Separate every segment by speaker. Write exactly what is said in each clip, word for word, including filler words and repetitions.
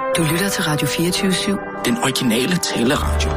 Speaker 1: Du lytter til Radio fireogtyve syv.
Speaker 2: Den originale taleradio.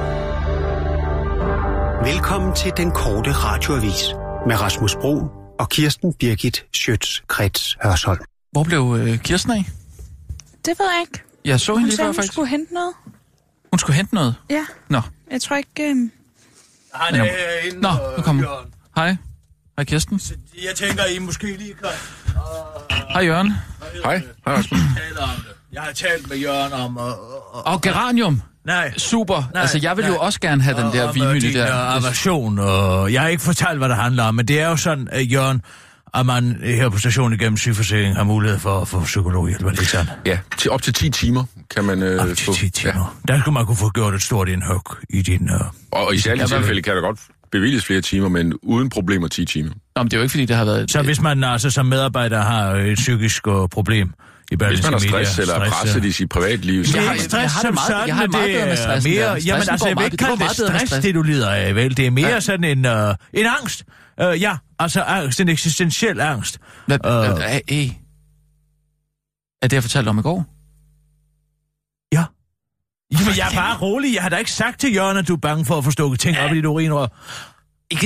Speaker 3: Velkommen til den korte radioavis med Rasmus Bro og Kirsten Birgit Schøtz-Krets Hørsholm.
Speaker 2: Hvor blev øh, Kirsten af?
Speaker 4: Det ved jeg ikke.
Speaker 2: Jeg så hende lige før,
Speaker 4: hun
Speaker 2: faktisk.
Speaker 4: skulle hente noget.
Speaker 2: Hun skulle hente noget?
Speaker 4: Ja.
Speaker 2: Nå.
Speaker 4: Jeg tror ikke... Øh...
Speaker 5: Han er herinde.
Speaker 2: Nå, nu kommer hun. Hej. Hej, Kirsten.
Speaker 5: Jeg tænker, I måske lige kan... Uh,
Speaker 2: Hej, Jørgen.
Speaker 6: Hej. Hej, Rasmus.
Speaker 5: Jeg har talt med Jørgen om... Uh, uh,
Speaker 2: Og geranium.
Speaker 5: Nej.
Speaker 2: Super.
Speaker 5: Nej,
Speaker 2: altså, jeg vil
Speaker 5: nej.
Speaker 2: jo også gerne have den der
Speaker 5: om,
Speaker 2: vimølle
Speaker 5: din,
Speaker 2: der.
Speaker 5: Uh, aversion, og jeg har ikke fortalt, hvad det handler om, men det er jo sådan, uh, Jørgen, at man her på stationen igennem sygeforsikring har mulighed for at få psykologhjælp, er det ikke sådan?
Speaker 6: Ja, til op til ti timer kan man øh,
Speaker 5: Op til
Speaker 6: få.
Speaker 5: ti timer. Ja. Der skulle man kunne få gjort et stort indhug i din... Uh...
Speaker 6: Og i særlige tilfælde kan der godt bevilges flere timer, men uden problemer ti timer.
Speaker 2: Nå, men det er jo ikke, fordi det har været...
Speaker 5: Så hvis man altså som medarbejder har et psykisk uh, problem...
Speaker 6: Hvis man har stress eller er presset i sit privatliv, så...
Speaker 5: Det er
Speaker 2: har-
Speaker 5: ikke
Speaker 2: jeg har
Speaker 5: stress
Speaker 2: det
Speaker 5: som
Speaker 2: meget-
Speaker 5: sådan,
Speaker 2: jeg har det meget
Speaker 5: det
Speaker 2: bedre med
Speaker 5: er
Speaker 2: stressen der.
Speaker 5: mere...
Speaker 2: Stressen
Speaker 5: Jamen altså,
Speaker 2: går
Speaker 5: jeg vil
Speaker 2: meget-
Speaker 5: ikke
Speaker 2: det går
Speaker 5: kalde det
Speaker 2: meget bedre med
Speaker 5: stress,
Speaker 2: stress.
Speaker 5: det du lider af, vel? Det er mere
Speaker 2: Ja.
Speaker 5: sådan en, uh, en angst. Uh, ja, altså angst, en eksistentiel angst.
Speaker 2: Hvad,
Speaker 5: Øh.
Speaker 2: øh, øh, øh. Er det, jeg fortalte om i går?
Speaker 5: Ja. Jamen, jeg er bare rolig. Jeg har da ikke sagt til Jørgen, at du er bange for at få stukket ting op i dit urinrør.
Speaker 2: Ikke...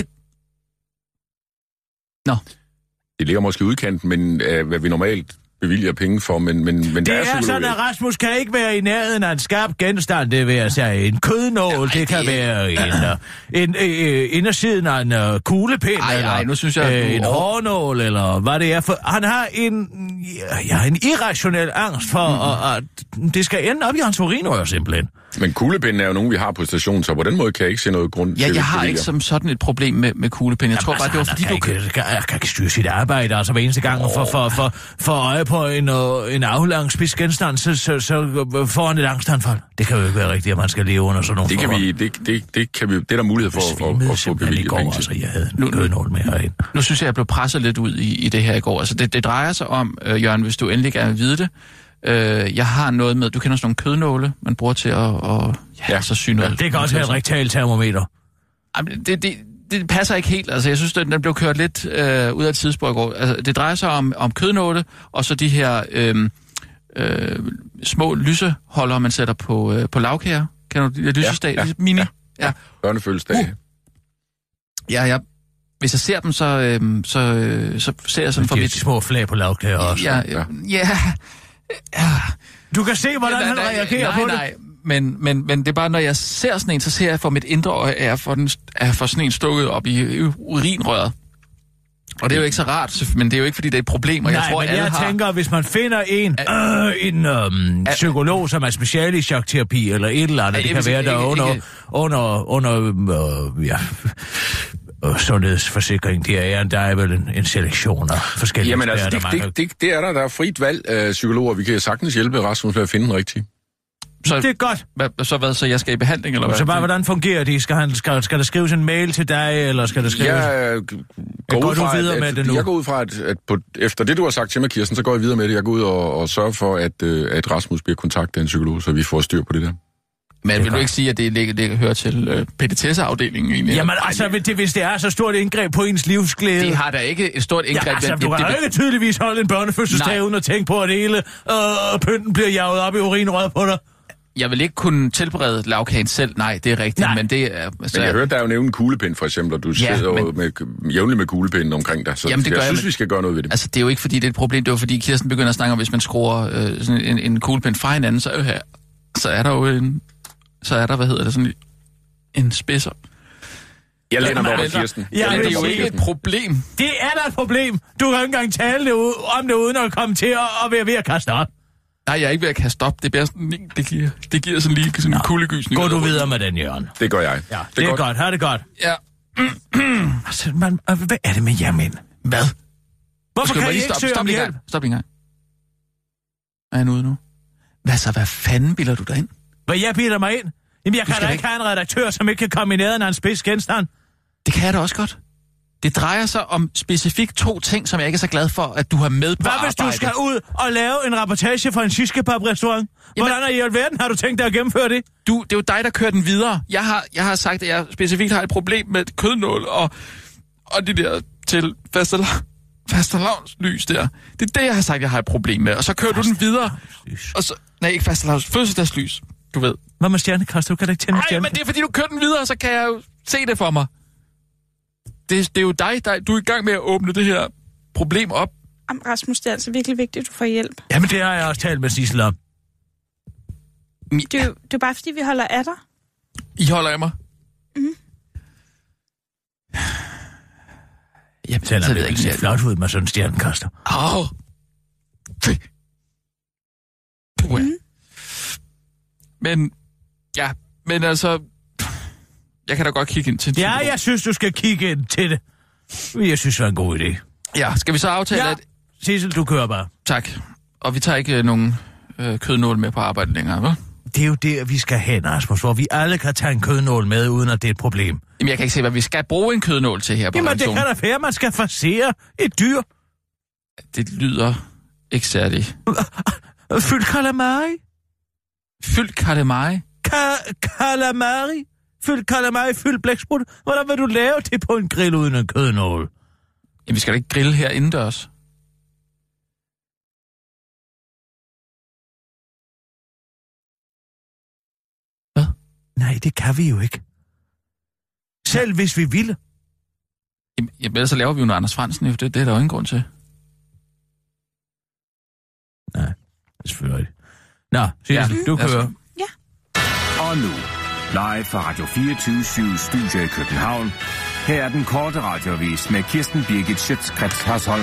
Speaker 2: Nå.
Speaker 6: Det ligger måske i udkanten, men øh, hvad vi normalt bevilger penge for, men, men, men
Speaker 5: Det
Speaker 6: der er,
Speaker 5: er sådan,
Speaker 6: psykologhjælp.
Speaker 5: at Rasmus kan ikke være i nærheden af en skarp genstand. Det vil jeg sige en kødnål, det kan være en, uh, en uh, indersiden af en uh, kuglepind,
Speaker 2: Ej,
Speaker 5: eller
Speaker 2: ej, nu synes jeg,
Speaker 5: øh,
Speaker 2: du-
Speaker 5: en hårnål, eller hvad det er. For han har en, ja, en irrationel angst for, mm. at, at det skal ende op i hans urinrør, simpelthen.
Speaker 6: Men kuglepinden er jo nogen, vi har på stationen, så på den måde kan jeg ikke se noget grund
Speaker 2: Ja,
Speaker 6: til,
Speaker 2: jeg
Speaker 6: at
Speaker 2: har
Speaker 6: bevilger.
Speaker 2: ikke som sådan et problem med, med kuglepind. Jeg tror bare, det var fordi,
Speaker 5: kan
Speaker 2: du...
Speaker 5: ikke, kan, kan ikke styre sit arbejde, altså hver eneste gang oh. for, for, for, for øje på en, uh, en aflang spids genstand, så, så, så får han et angstanfald. Det kan jo ikke være rigtigt, at man skal leve under sådan nogle
Speaker 6: Det kan
Speaker 5: forhold.
Speaker 6: vi, det, det, det kan vi, det er der mulighed for at, at, at få bevilget penge
Speaker 5: altså,
Speaker 6: til.
Speaker 5: jeg havde en kødnål med herind.
Speaker 2: Nu synes jeg, jeg blev presset lidt ud i, i det her i går. Altså, det, det drejer sig om, øh, Jørgen, hvis du endelig gerne vil vide det. Øh, jeg har noget med, du kender sådan nogle kødnåle, man bruger til at, og, ja,
Speaker 6: Ja.
Speaker 2: så syge noget.
Speaker 5: Det kan også være et rektalt termometer.
Speaker 2: Jamen, det, det, det passer ikke helt. Altså, jeg synes, den, den blev kørt lidt øh, ud af et tidsspor i går. Altså, det drejer sig om, om kødnåle, og så de her øh, øh, små lyseholdere, man sætter på, øh, på lavkager. Kender du de lysestage?
Speaker 6: Ja, ja,
Speaker 2: Mini?
Speaker 6: ja.
Speaker 2: Ja.
Speaker 6: Børnefødselsdag.
Speaker 2: Uh. Ja, ja. Hvis jeg ser dem, så, øh, så, øh, så ser jeg sådan for
Speaker 5: De
Speaker 2: mit...
Speaker 5: små flag på lavkager også.
Speaker 2: Ja, ja, ja, ja.
Speaker 5: Du kan se, hvordan han
Speaker 2: Nej,
Speaker 5: reagerer
Speaker 2: nej,
Speaker 5: på
Speaker 2: nej. Men, men, men det er bare, når jeg ser sådan en, så ser jeg for mit indre øje, at jeg får, den, at jeg får sådan en stukket op i urinrøret. Og det er jo ikke så rart, men det er jo ikke, fordi det er et problem, og
Speaker 5: Nej,
Speaker 2: jeg tror,
Speaker 5: men
Speaker 2: alle
Speaker 5: jeg
Speaker 2: har...
Speaker 5: tænker, hvis man finder en, øh, en øhm, psykolog, som er special i chokterapi, eller et eller andet,
Speaker 2: Ja,
Speaker 5: det
Speaker 2: jeg
Speaker 5: kan
Speaker 2: vil
Speaker 5: være
Speaker 2: sige,
Speaker 5: der
Speaker 2: ikke-
Speaker 5: under,
Speaker 2: ikke-
Speaker 5: under, under, øh, ja, øh, sundhedsforsikring, det er, der er vel en, en selektion af forskellige
Speaker 6: Jamen altså,
Speaker 5: eksperter,
Speaker 6: det,
Speaker 5: man
Speaker 6: det, det, det er der. Der er frit valg af psykologer. Vi kan sagtens hjælpe Rasmus med at finde den rigtige.
Speaker 2: Så,
Speaker 5: kan- Det er godt.
Speaker 2: hvad, så hvad, så jeg skal i behandling, eller hvad?
Speaker 5: Så bare, hvordan fungerer det? Skal, han, skal, skal der skrives en mail til dig, eller skal der skrives...
Speaker 6: Jeg går,
Speaker 5: går
Speaker 6: ud
Speaker 5: du
Speaker 6: fra,
Speaker 5: videre
Speaker 6: at,
Speaker 5: med
Speaker 6: at,
Speaker 5: det nu?
Speaker 6: Jeg går ud fra, at, at på, efter det, du har sagt til mig, Kirsten, så går jeg videre med det. Jeg går ud og, og sørger for, at, at Rasmus bliver kontaktet af en psykolog, så vi får styr på det der.
Speaker 2: Men vil du
Speaker 5: godt.
Speaker 2: ikke sige, at det, det, det hører til øh, petitesseafdelingen egentlig?
Speaker 5: Jamen altså, hvis det, hvis det er så stort et indgreb på ens livsglæde...
Speaker 2: Det har da ikke et stort indgreb.
Speaker 5: Ja, altså,
Speaker 2: det,
Speaker 5: du kan
Speaker 2: det,
Speaker 5: jo
Speaker 2: det,
Speaker 5: ikke tydeligvis holde en børnefødselsdag
Speaker 2: Nej.
Speaker 5: uden at tænke på, at hele øh, pynten bliver jaget op i urinrøret på dig.
Speaker 2: Jeg vil ikke kunne tilberede lavkagen selv, nej, det er rigtigt,
Speaker 5: Nej.
Speaker 2: men det er...
Speaker 6: Men jeg hørte, der er jo nævnt en kuglepind, for eksempel, og du
Speaker 2: Ja,
Speaker 6: sidder
Speaker 2: men-
Speaker 6: jo med, jævnligt med kuglepinden omkring dig. Så
Speaker 2: Jamen, det
Speaker 6: jeg
Speaker 2: gør jeg,
Speaker 6: synes,
Speaker 2: men-
Speaker 6: vi skal gøre noget ved det.
Speaker 2: Altså, det er jo ikke, fordi det er et problem, det er jo, fordi Kirsten begynder at snakke om, hvis man skruer øh, sådan en, en kuglepind fra hinanden, så, øh, så er der jo en... Så er der, hvad hedder det, sådan en spidser.
Speaker 6: Jeg læner mig over
Speaker 2: men-
Speaker 6: Kirsten.
Speaker 5: Ja,
Speaker 6: Jeg
Speaker 2: Men
Speaker 6: læner
Speaker 2: det er
Speaker 6: mig
Speaker 2: jo
Speaker 6: over
Speaker 2: ikke et
Speaker 6: Kirsten.
Speaker 2: problem.
Speaker 5: Det er da et problem. Du kan jo ikke engang tale det u- om det, uden at komme til at, at være ved at kaste op.
Speaker 2: Nej, jeg er ikke ved at kaste op. Det, bliver sådan, det, giver, det giver sådan lige sådan en kuldegysning.
Speaker 5: Gå du videre med den, Jørgen.
Speaker 6: Det gør jeg.
Speaker 5: Ja, det er godt. godt. Ha' det godt.
Speaker 2: Ja.
Speaker 5: Altså, man, øh, hvad er det med jer mænd?
Speaker 2: Hvad?
Speaker 5: Hvorfor
Speaker 2: Skal
Speaker 5: kan
Speaker 2: du
Speaker 5: I
Speaker 2: lige
Speaker 5: ikke
Speaker 2: stoppe?
Speaker 5: søge
Speaker 2: Stop
Speaker 5: om
Speaker 2: lige en
Speaker 5: hjælp?
Speaker 2: gang. Stop lige en gang. Er han ude nu? Hvad så? Hvad fanden bilder du dig ind?
Speaker 5: Hvad jeg bilder mig ind? Jamen, jeg kan
Speaker 2: skal
Speaker 5: da ikke have en redaktør, som ikke kan komme i nærheden af en spids genstand.
Speaker 2: Det kan jeg da også godt. Det drejer sig om specifikt to ting, som jeg ikke er så glad for, at du har med på
Speaker 5: Hvad
Speaker 2: arbejde.
Speaker 5: hvis du skal ud og lave en rapportage for en shish-kebab-restaurant? Hvordan i alverden har du tænkt dig at gennemføre det?
Speaker 2: Du, det er jo dig, der kører den videre. Jeg har, jeg har sagt, at jeg specifikt har et problem med kødnål og, og de der til fastelavn. fastelavnslys der. Det er det, jeg har sagt, jeg har et problem med. Og så kører du den videre. Og så, nej, ikke fastelavns, fødselsdagslys, du ved.
Speaker 5: Hvad med stjernekast? Du kan da ikke tænde
Speaker 2: Nej,
Speaker 5: stjerne.
Speaker 2: men det er fordi, du kører den videre, så kan jeg jo se det for mig. Det, det er jo dig, der, du er i gang med at åbne det her problem op.
Speaker 4: Jamen, Rasmus, det er altså virkelig vigtigt, at du får hjælp.
Speaker 5: Jamen, det har jeg også talt med Sissel om.
Speaker 4: Det er jo det er bare, fordi vi holder af dig.
Speaker 2: I holder af mig?
Speaker 4: Mhm.
Speaker 5: Jamen, selvom
Speaker 2: så
Speaker 5: det er ikke så flot ud med sådan en stjernekaster.
Speaker 2: Åh! Oh. Mm. Men, ja, men altså... Jeg kan da godt kigge ind til en
Speaker 5: Ja,
Speaker 2: psykolog.
Speaker 5: jeg synes, du skal kigge ind til det. Jeg synes, det var en god idé.
Speaker 2: Ja, skal vi så aftale,
Speaker 5: Ja,
Speaker 2: at...
Speaker 5: Sissel, du kører bare.
Speaker 2: Tak. Og vi tager ikke øh, nogen øh, kødnål med på arbejde længere, hva'?
Speaker 5: Det er jo der, vi skal hen, Rasmus, hvor vi alle kan tage en kødnål med, uden at det er et problem.
Speaker 2: Jamen, jeg kan ikke se, hvad vi skal bruge en kødnål til her på
Speaker 5: Jamen, det
Speaker 2: redaktionen.
Speaker 5: kan da være, man skal forsere et dyr.
Speaker 2: Det lyder ikke særligt.
Speaker 5: Fyldt calamari.
Speaker 2: Fyldt calamari?
Speaker 5: Ka- calamari. Fyldt calamari, fyldt blæksprut. Hvordan vil du lave det på en grill uden en kødnål?
Speaker 2: Jamen, vi skal da ikke grille her indendørs. Hvad?
Speaker 5: Nej, det kan vi jo ikke. Selv hvis vi ville.
Speaker 2: Jamen, ellers så laver vi jo noget Anders Fransen, det, det er der jo ingen grund til.
Speaker 5: Nej, det er selvfølgelig ikke. Nå, Sissel,
Speaker 2: Ja.
Speaker 5: du kører.
Speaker 2: Altså.
Speaker 7: Og nu, live fra Radio fireogtyve syv Studio i København. Her er den korte radioavis med Kirsten Birgit Schøtz-Krets Hørsholm.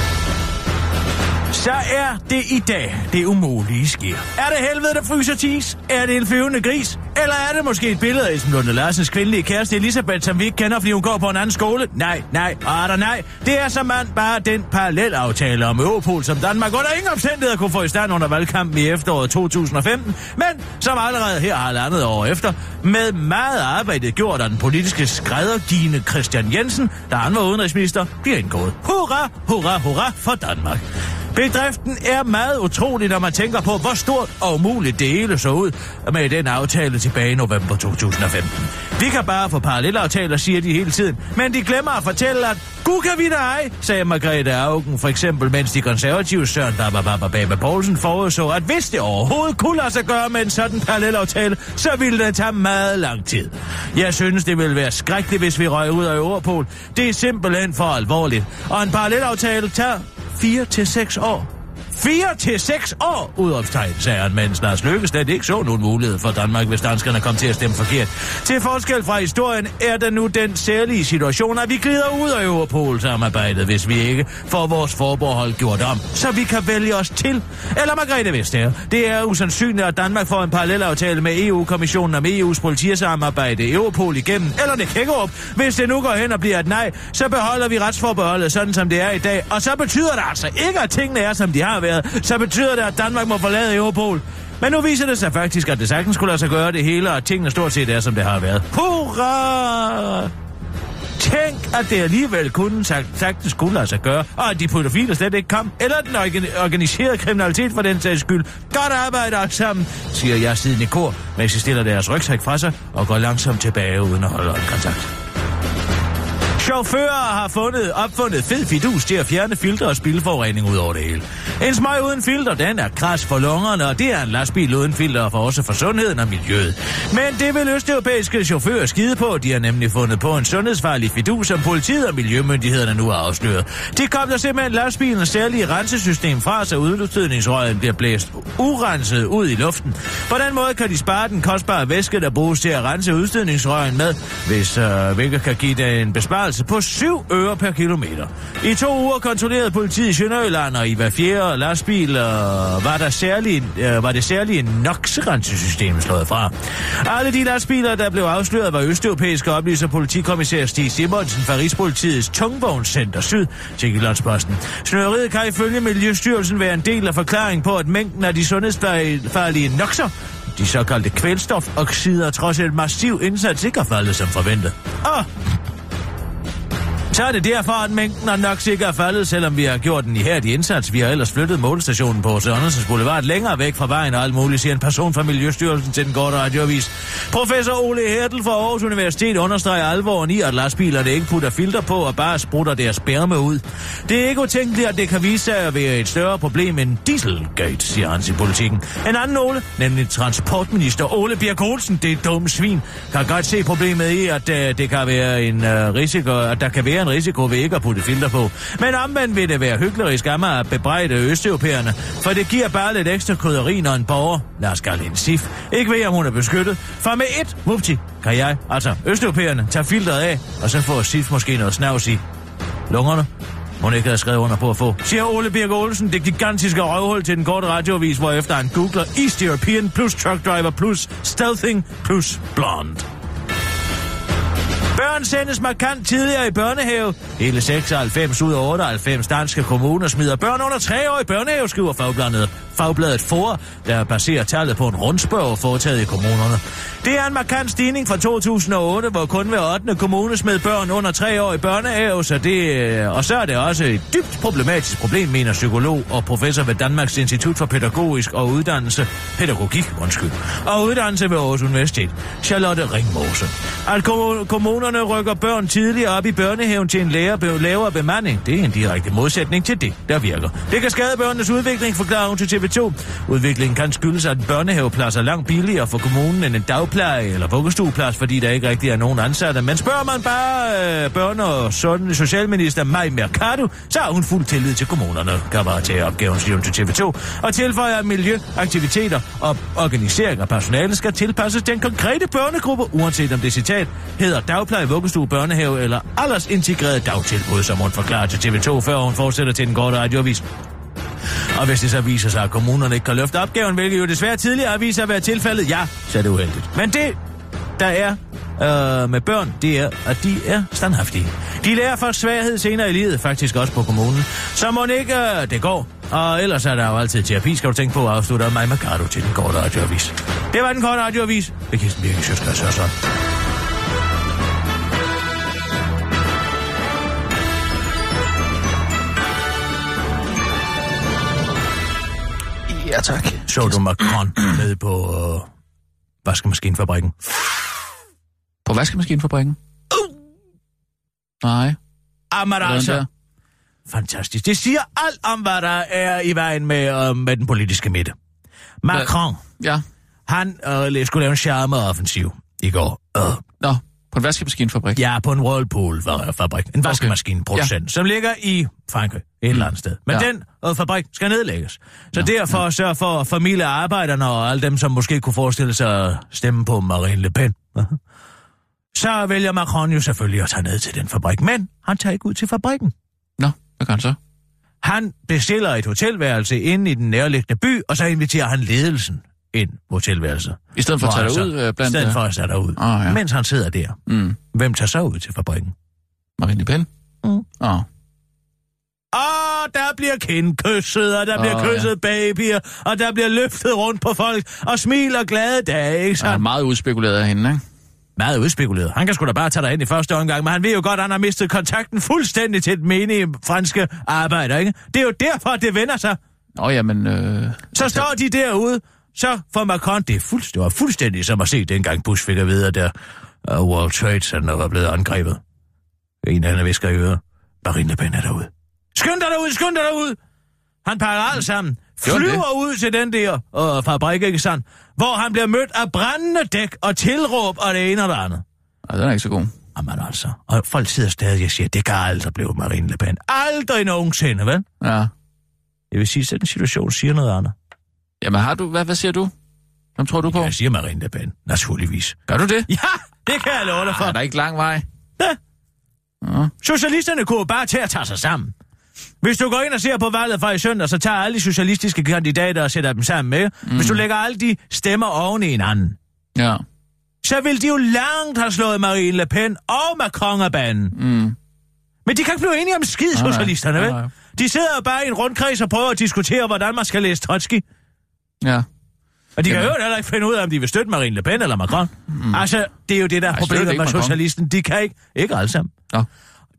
Speaker 5: Så er det i dag, det umulige sker. Er det helvede, der fryser tis? Er det en flyvende gris? Eller er det måske et billede af Esben Lunde Larsens kvindelige kæreste Elisabeth, som vi ikke kender, fordi hun går på en anden skole? Nej, nej, og nej. Det er som man bare den parallelaftale om Europol, som Danmark under ingen omstændigheder kunne få i stand under valgkampen i efteråret to tusind og femten, men som allerede her har landet år efter, med meget arbejde gjort af den politiske skræddergine Christian Jensen, da han var udenrigsminister, bliver indgået. Hurra, hurra, hurra for Danmark. Bedriften er meget utrolig, når man tænker på, hvor stort og umuligt det hele så ud med den aftale tilbage i november to tusind og femten. Vi kan bare få parallelaftaler, siger de hele tiden, men de glemmer at fortælle, at gud kan vi da ej, sagde Margrethe Auken, for eksempel, mens de konservative Søren Babababa Poulsen forudså, at hvis det overhovedet kunne lade sig gøre med en sådan parallelaftale, så ville det tage meget lang tid. Jeg synes, det ville være skrækkeligt, hvis vi røg ud af Europol. Det er simpelthen for alvorligt. Og en parallelaftale tager fire til seks år. Fire til seks år, udopstegn, sagde han, mens Lars Løkke slet ikke så nogen mulighed for Danmark, hvis danskerne kom til at stemme forkert. Til forskel fra historien er der nu den særlige situation, at vi glider ud af Europol-samarbejdet, hvis vi ikke får vores forbehold gjort om, så vi kan vælge os til. Eller Margrethe Vestager, det er usandsynligt, at Danmark får en parallelaftale med E U-kommissionen om E U's politisamarbejde, Europol igennem, eller det Hækkerup. Hvis det nu går hen og bliver et nej, så beholder vi retsforbeholdet sådan, som det er i dag, og så betyder det altså ikke, at tingene er, som de har været. Så betyder det, at Danmark må forlade Europol. Men nu viser det sig faktisk, at det sagtens skulle lade sig gøre det hele, og tingene stort set er, som det har været. Hurra! Tænk, at det alligevel kunne sagtens skulle lade sig gøre, og at de pædofile slet ikke kom, eller den organiserede kriminalitet for den sags skyld. Godt arbejde alt sammen, siger jeg siden i kor, mens de stiller deres rygsæk fra sig og går langsomt tilbage uden at holde kontakt. Chauffører har fundet, opfundet fed fidus til at fjerne filtre og spildforurening ud over det hele. En smøg uden filter, den er kras for lungerne, og det er en lastbil uden filter for også for sundheden og miljøet. Men det vil østeuropæiske chauffører skide på. De har nemlig fundet på en sundhedsfarlig fidus, som politiet og miljømyndighederne nu har afsløret. De kom der simpelthen lastbilens særlige rensesystem fra, så udstødningsrøgen bliver blæst urenset ud i luften. På den måde kan de spare den kostbare væske, der bruges til at rense udstødningsrøgen med, hvis øh, hvilket kan give det en besparelse på syv øre per kilometer. I to uger kontrollerede politiet i Sønderjylland, og i hver fjerde lastbil øh, var, der særlig, øh, var det særlige N O X-rensesystem slået fra. Alle de lastbiler, der blev afsløret, var østeuropæiske, oplyser politikommissær Stig Simonsen fra Rigspolitiets Tungvognscenter Syd til Jyllandsposten. Snøveriet kan ifølge Miljøstyrelsen være en del af forklaringen på, at mængden af de sundhedsfarlige noxer, de såkaldte kvælstofoxider, trods et massiv indsats ikke er faldet som forventet. Og Så er det derfor, at mængden er nok sikkert faldet, selvom vi har gjort en ihærdig indsats. Vi har ellers flyttet målestationen på H C Andersens Boulevard længere væk fra vejen og alt muligt, siger en person fra Miljøstyrelsen til den korte radioavis. Professor Ole Hertel fra Aarhus Universitet understreger alvoren i, at lastbilerne ikke putter filter på og bare sprutter deres sperme ud. Det er ikke utænkeligt, at det kan vise sig at være et større problem end Dieselgate, siger han i Politikken. En anden Ole, nemlig transportminister Ole Birk Olsen, det er dumme svin, kan godt se problemet i, at uh, det kan være en uh, risiko, at der kan være en risiko ved ikke at putte filter på. Men omvendt vil det være hyklerisk af mig at bebrejde østeuropæerne, for det giver bare lidt ekstra krydderi, når en borger, Lars Garlin Sif, ikke ved, om hun er beskyttet. For med et, vupti, kan jeg, altså østeuropæerne, tage filteret af, og så får Sif måske noget snavs i lungerne. Hun ikke havde skrevet under på at få, siger Ole Birk Olsen, det gigantiske røvhul til den korte radioavis, hvor efter han googler East European plus Truck Driver plus Stealthing plus Blonde. Børn sendes markant tidligere i børnehave. Hele seksoghalvfems ud af otteoghalvfems danske kommuner smider børn under tre år i børnehave, skriver fagbladet. Fagbladet For, der baserer tallet på en rundspørg foretaget i kommunerne. Det er en markant stigning fra to tusind og otte, hvor kun hver ottende kommune smed børn under tre år i børnehave, så det, og så er det også et dybt problematisk problem, mener psykolog og professor ved Danmarks Institut for Pædagogisk og Uddannelse, Pædagogik, undskyld, og Uddannelse ved Aarhus Universitet, Charlotte Ringmose. At kommunerne rykker børn tidligere op i børnehaven til en lærer, lavere bemanding, det er en direkte modsætning til det, der virker. Det kan skade børnenes udvikling, forklarer hun til T V to. Udviklingen kan skyldes, at en børnehaveplads er langt billigere for kommunen end en dagpleje eller vuggestueplads, fordi der ikke rigtig er nogen ansatte. Men spørger man bare øh, børne- og sådan socialminister Mai Mercado, så har hun fuld tillid til kommunerne, kan bare tage opgaven, siger hun til T V to, og tilføjer, at miljø, aktiviteter og organisering af personale skal tilpasses den konkrete børnegruppe, uanset om det citat hedder dagpleje, vuggestue, børnehave eller aldersintegreret dagtilbud, som hun forklarer til T V to, før hun fortsætter til den korte radioavis. Og hvis det så viser sig, at kommunerne ikke kan løfte opgaven, hvilket jo desværre tidligere har vist sig at være tilfældet, ja, så er det uheldigt. Men det, der er øh, med børn, det er, at de er standhaftige. De lærer for svaghed senere i livet, faktisk også på kommunen. Så må ikke øh, det går. Og ellers er der jo altid terapi, skal du tænke på, at afslutte mig Mercado til den korte radioavis. Det var den korte radioavis. Det kan Kirsten Birgit Sjøtskreds sådan.
Speaker 2: Ja, tak.
Speaker 5: Så du Macron nede på øh, vaskemaskinfabrikken?
Speaker 2: På vaskemaskinfabrikken?
Speaker 5: Uh!
Speaker 2: Nej.
Speaker 5: Jamen altså. Fantastisk. Det siger alt om, hvad der er i vejen med, øh, med den politiske midte. Macron,
Speaker 2: ja.
Speaker 5: han øh, skulle lave en charme-offensiv i går. Øh.
Speaker 2: Nå, på en vaskemaskinfabrik?
Speaker 5: Ja, på en Whirlpool-fabrik. En vaskemaskinproducent, okay. Som ligger i Frankrig, et eller andet sted. Men ja. Den øh, fabrik skal nedlægges. Så ja, derfor ja. Sørg for familiearbejderne og alle dem, som måske kunne forestille sig at stemme på Marine Le Pen. Så vælger Macron jo selvfølgelig at tage ned til den fabrik. Men han tager ikke ud til fabrikken.
Speaker 2: Nå, hvad kan han så?
Speaker 5: Han bestiller et hotelværelse inde i den nærliggende by, og så inviterer han ledelsen ind på hotelværelset. I stedet for at tage derud? Øh, blandt I stedet for at tage derud. Oh, ja. Mens han sidder der. Mm. Hvem tager så ud til fabrikken?
Speaker 2: Marine Le Pen? Mm. Oh.
Speaker 5: Og der bliver kindkysset, og der oh, bliver kysset ja. babyer, og der bliver løftet rundt på folk, og smil og glade dage, ikke sandt?
Speaker 2: Ja, meget udspekuleret af hende, ikke?
Speaker 5: Meget udspekuleret. Han kan sgu da bare tage dig ind i første omgang, men han ved jo godt, at han har mistet kontakten fuldstændig til den menige franske arbejder, ikke? Det er jo derfor, at det vender sig.
Speaker 2: Åh, oh, jamen... Øh...
Speaker 5: Så står de derude, så får Macron, det, er fuld, det var fuldstændig som at se dengang Bush fik at vide, at der uh, World Trade Center var blevet angrebet. En af hende visker i øret. Marine Le Pen er derude. Skynd dig derud, skynd dig derud! Han pakker alt sammen. Flyver ud til den der uh, fabrik, ikke sandt? Hvor han bliver mødt af brændende dæk og tilråb og det ene og det andet.
Speaker 2: Ja, den er ikke så god.
Speaker 5: Jamen altså. Og folk sidder stadig og siger, det kan aldrig blive Marine Le Pen. Aldrig nogensinde, vel?
Speaker 2: Ja.
Speaker 5: Jeg vil sige, at den situation siger noget andet.
Speaker 2: Jamen har du, hvad, hvad siger du? Hvem tror du på?
Speaker 5: Jeg siger Marine Le Pen, naturligvis.
Speaker 2: Gør du det?
Speaker 5: Ja, det kan jeg love dig for.
Speaker 2: Er der ikke lang vej?
Speaker 5: Ja. Ja. Socialisterne kunne bare til at tage sig sammen. Hvis du går ind og ser på valget fra i søndag, så tager alle de socialistiske kandidater og sætter dem sammen med. Mm. Hvis du lægger alle de stemmer oven i hinanden,
Speaker 2: ja.
Speaker 5: Så vil de jo langt have slået Marine Le Pen og Macron af banen. Mm. Men de kan ikke blive enige om skid, socialisterne, vel? De sidder jo bare i en rundkreds og prøver at diskutere, hvordan man skal læse Trotsky.
Speaker 2: Ja.
Speaker 5: Og de kan jo heller ikke finde ud af, om de vil støtte Marine Le Pen eller Macron. Mm. Altså, det er jo det, der er problemet med socialisten. De kan ikke, ikke alle sammen.
Speaker 2: Ja.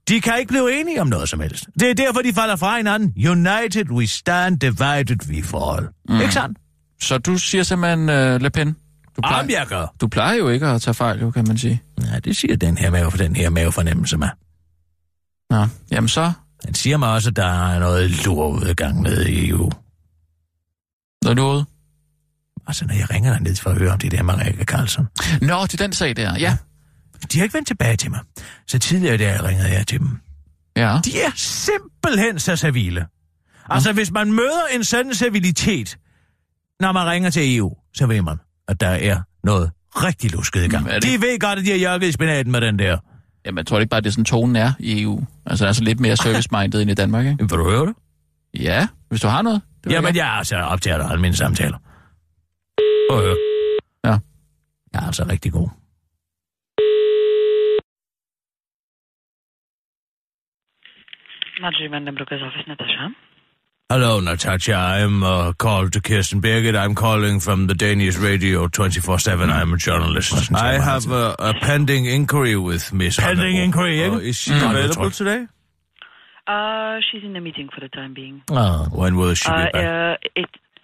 Speaker 5: De kan ikke blive enige om noget som helst. Det er derfor, de falder fra hinanden. United we stand, divided we fall. Mm. Ikke sandt?
Speaker 2: Så du siger simpelthen uh, Le Pen? Du plejer,
Speaker 5: Om jeg gør.
Speaker 2: Du plejer jo ikke at tage fejl, jo, kan man sige.
Speaker 5: Ja, det siger den her mave for den her mavefornemmelse mig.
Speaker 2: Nå, jamen så...
Speaker 5: Den siger mig også, at der er noget lurudgang med i E U.
Speaker 2: Noget luret?
Speaker 5: Altså, når jeg ringer derned for at høre om det der Marika Karlsson.
Speaker 2: Nå, til den sag der, ja.
Speaker 5: De har ikke vendt tilbage til mig. Så tidligere der ringede jeg til dem.
Speaker 2: Ja.
Speaker 5: De er simpelthen så civile. Altså, hvis man møder en sådan civilitet, når man ringer til E U, så ved man, at der er noget rigtig lusket i gang.
Speaker 2: Det...
Speaker 5: De ved godt, at de har jokket i spinaten med den der.
Speaker 2: Jamen, jeg tror ikke bare, at det er sådan, tonen er i E U. Altså, der er så lidt mere service-minded end i Danmark, ikke?
Speaker 5: Vil du høre det?
Speaker 2: Ja, hvis du har noget.
Speaker 5: Jamen, jeg er altså optager dig alle mine samtaler. Prøv at høre.
Speaker 2: Ja.
Speaker 5: Jeg er altså rigtig god.
Speaker 8: Marjorie Van den Broek's office, Natasha.
Speaker 5: Hello, Natasha. I'm uh, called to Kirsten Birgit. I'm calling from the Danish radio twenty-four seven. I'm a journalist. I have a, a pending inquiry with Miss
Speaker 9: Pending inquiry,
Speaker 5: uh, Is she mm. available today?
Speaker 8: Uh, she's in a meeting for the time being.
Speaker 5: Oh, when will she
Speaker 8: uh,
Speaker 5: be back?
Speaker 8: Uh, it,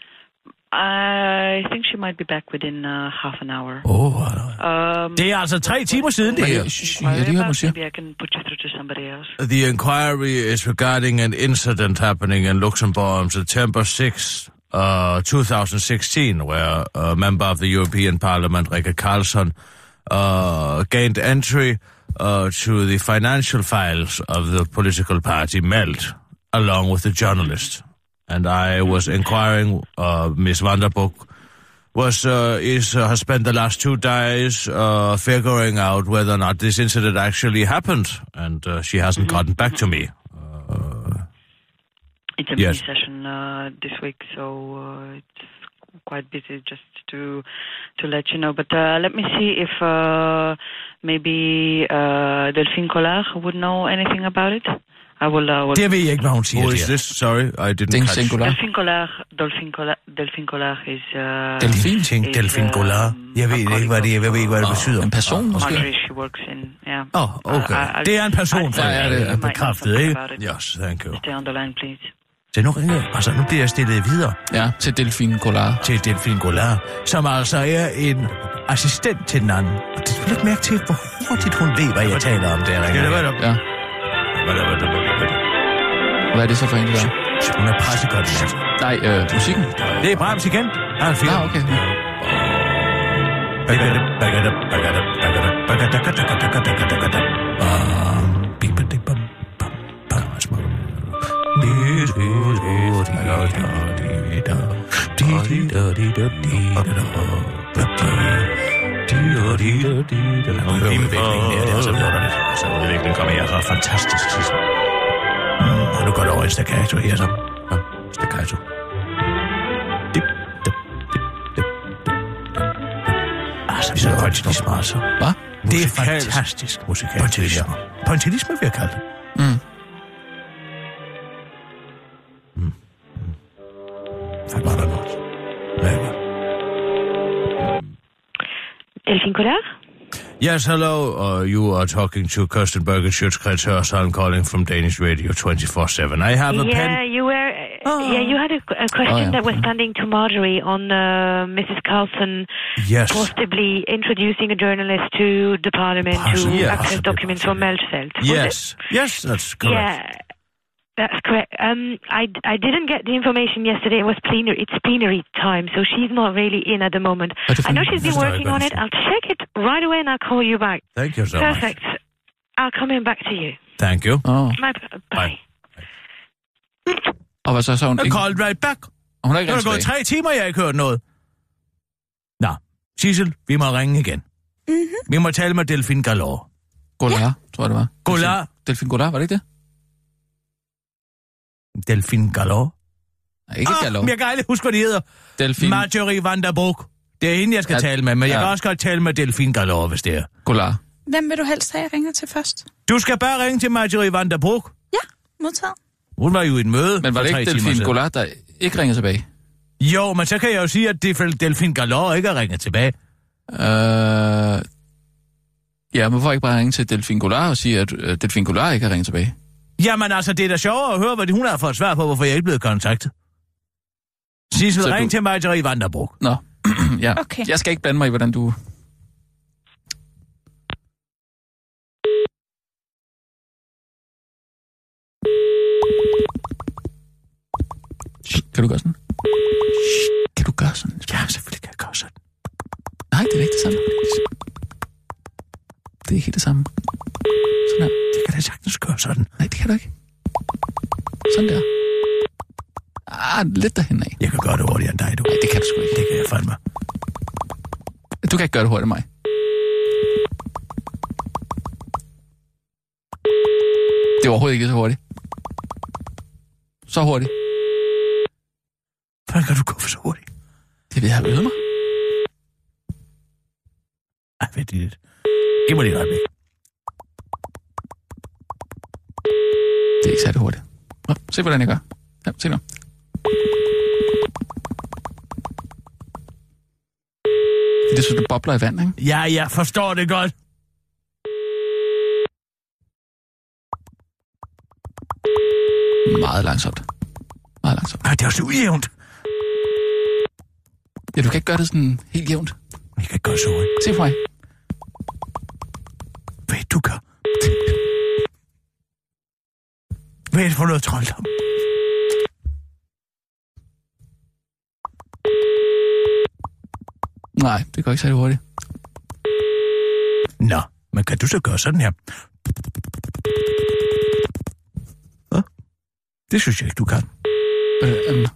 Speaker 8: I think she might be back within uh, half an hour.
Speaker 5: Oh,
Speaker 8: um,
Speaker 5: det er altså tre timer siden, det her.
Speaker 2: Ja, det hører man siger.
Speaker 8: Maybe I can put you through to somebody else.
Speaker 5: The inquiry is regarding an incident happening in Luxembourg on September sixth, uh, twenty sixteen, where a member of the European Parliament, Rikke Karlsson, uh, gained entry uh, to the financial files of the political party Meld, along with the journalist. And I was inquiring, uh, Miss Vanderbroek was, uh, is, uh, has spent the last two days, uh, figuring out whether or not this incident actually happened. And, uh, she hasn't mm-hmm. gotten back to me. Uh,
Speaker 8: it's a
Speaker 5: yes.
Speaker 8: mini session, uh, this week, so, uh, it's quite busy just to, to let you know. But, uh, let me see if, uh, maybe, uh, Delphine Collard would know anything about it. I will, uh, will...
Speaker 5: Det ved jeg ikke, hvad hun siger. Who is this? Sorry, I didn't catch.
Speaker 8: Delphine Collard. Delphine Collard. Delphine Collard is... Uh,
Speaker 5: Delphine? Tænk, Delphine Collard. Jeg ved ikke, hvad det, jeg ved ikke, hvad det betyder.
Speaker 2: En person, måske?
Speaker 8: Marjorie, she works in... Yeah.
Speaker 5: Åh, oh, okay. Uh, det er en person, for
Speaker 2: ja, det er
Speaker 5: bekræftet, ikke? Yes, thank you.
Speaker 8: Stay on the line, please.
Speaker 5: Så nu ringer altså, nu bliver jeg stillet videre.
Speaker 2: Ja, til Delphine Collard.
Speaker 5: Til Delphine Collard, som altså er en assistent til den anden. Og det skal ikke mærke til, hvor hurtigt hun ved, hvad jeg taler om, der ringer. Ja, det var det.
Speaker 2: Ja. Hvad er det så for en, der?
Speaker 5: Hun er pressekoordinator.
Speaker 2: Nej, øh, musikken.
Speaker 5: Det er Brahms igen. Ah, fint.
Speaker 2: Ah, okay.
Speaker 5: Udviklingen kommer her så fantastisk. Mm, og nu går det over i staccato her så. Ja, staccato. Dip, dip, dip, dip, dip. Altså, vi sidder pointillisme, altså.
Speaker 2: Hvad?
Speaker 5: Det er fantastisk musikalt. Pointillisme. Pointillisme vil jeg kalde det.
Speaker 2: Mm.
Speaker 5: Mm. Fuck, var der noget? Hvad var det?
Speaker 8: Delphine Collard?
Speaker 5: Yes, hello. Uh, you are talking to Kirsten Birgit Schütz-Kretz. I'm calling from Danish Radio twenty-four seven. I have a
Speaker 8: yeah,
Speaker 5: pen...
Speaker 8: Yeah, you were... Oh. Yeah, you had a, a question oh, yeah. that was standing to Marjorie on uh, Missus Carlson
Speaker 5: yes.
Speaker 8: possibly introducing a journalist to the parliament
Speaker 5: Possibly,
Speaker 8: to
Speaker 5: yeah.
Speaker 8: access
Speaker 5: Possibly,
Speaker 8: documents
Speaker 5: possibly.
Speaker 8: from Meldfeld.
Speaker 5: Yes, yes, that's correct.
Speaker 8: Yeah, that's correct. Um, I, I didn't get the information yesterday. It was plenary. It's plenary time, so she's not really in at the moment. I know she's been working on it. I'll check it right away and I'll call you back.
Speaker 5: Thank you so
Speaker 8: Perfect.
Speaker 5: much.
Speaker 8: I'll come in back to you.
Speaker 5: Thank you.
Speaker 2: Oh.
Speaker 8: My, bye.
Speaker 5: bye.
Speaker 2: Og hvad så, så hun...
Speaker 5: I called right back.
Speaker 2: Og hun er ikke
Speaker 5: det har gået tre timer, jeg har ikke hørt noget. Nå, Sissel, vi må ringe igen.
Speaker 4: Mm-hmm.
Speaker 5: Vi må tale med Delphine Collard.
Speaker 2: Collard, ja. tror jeg det var.
Speaker 5: Collard.
Speaker 2: Delphine Collard, var det ikke det?
Speaker 5: Delphine Collard?
Speaker 2: Nej, ikke
Speaker 5: ah,
Speaker 2: Collard.
Speaker 5: Jeg kan aldrig huske, hvad de hedder.
Speaker 2: Delphine...
Speaker 5: Marjorie Van der Broek. Det er hende, jeg skal ja, tale med, men jeg ja. kan også godt tale med Delphine Collard, hvis det er.
Speaker 2: Collard.
Speaker 4: Hvem vil du helst have, jeg ringer til først?
Speaker 5: Du skal bare ringe til Marjorie Van der Broek.
Speaker 4: Ja, modtaget.
Speaker 5: Hun var jo i et møde.
Speaker 2: Men var det ikke Delphine Collard, der ikke ringer tilbage?
Speaker 5: Jo, men så kan jeg jo sige, at det er Delphine Collard ikke har ringet tilbage.
Speaker 2: Øh... Ja, men hvorfor ikke bare ringe til Delphine Goulart og sige, at uh, Delphine Goulart ikke har ringet tilbage?
Speaker 5: Jamen altså, det er da sjovere at høre, hvad hun har fået svar på, hvorfor jeg ikke er blevet kontaktet. Sissel, ring du... til mig til Vanderbruch.
Speaker 2: Nå, ja.
Speaker 4: Okay.
Speaker 2: Jeg skal ikke blande mig i, hvordan du... Kan du gøre sådan? Kan du gøre sådan?
Speaker 5: Ja, selvfølgelig kan jeg gøre sådan.
Speaker 2: Nej, det er ikke det samme. Det er ikke helt det samme. Sådan her.
Speaker 5: Det kan da sagtens gøre sådan.
Speaker 2: Nej, det kan du ikke. Sådan der. Ah, lidt derhen af.
Speaker 5: Jeg kan gøre det hurtigere end dig, du.
Speaker 2: Nej, det kan du sgu ikke.
Speaker 5: Det kan jeg fandme.
Speaker 2: Du kan ikke gøre det hurtigere end mig. Det var overhovedet ikke så hurtigt. Så hurtigt.
Speaker 5: Hvordan kan du gå for så hurtigt?
Speaker 2: Det vil jeg have øvet mig.
Speaker 5: Ej, vent lidt. Giv mig lige et øjeblik.
Speaker 2: Det er ikke særlig hurtigt. Nå, se hvordan jeg gør. Ja, se nu. Det er så, det bobler i vand, ikke?
Speaker 5: Ja, jeg forstår det godt.
Speaker 2: Meget langsomt. Meget langsomt.
Speaker 5: Nej, det er også ujævnt.
Speaker 2: Ja, du kan ikke gøre det sådan helt jævnt.
Speaker 5: Jeg kan ikke gøre så hurtigt.
Speaker 2: Se på mig.
Speaker 5: Hvad du gør? Hvad er det for noget trolddom?
Speaker 2: Nej, det går ikke særlig hurtigt.
Speaker 5: Nå, men kan du så gøre sådan her? Hvad? Det synes jeg ikke, du kan.
Speaker 2: Øh, øh.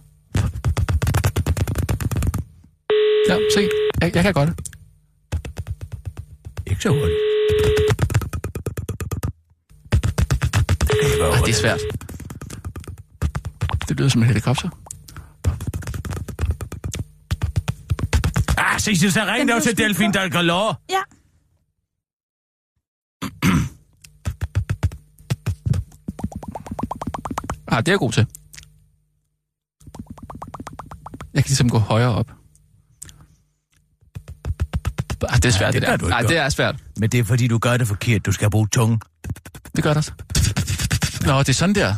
Speaker 2: Ja, se. Jeg, jeg kan godt det.
Speaker 5: Ikke så hurtigt. Det,
Speaker 2: Ej, det er svært. Det lyder som en helikopter.
Speaker 5: Ah, Sissel, så ring dog til Delphine Goulart.
Speaker 4: Ja.
Speaker 2: Ah, det er jeg god til. Jeg kan ligesom gå højere op. Ah, det er svært,
Speaker 5: det
Speaker 2: det, det der. Nej, det er svært.
Speaker 5: Men det er, fordi du gør det forkert. Du skal bruge tungen.
Speaker 2: Det gør det også. Nå, det er sådan der.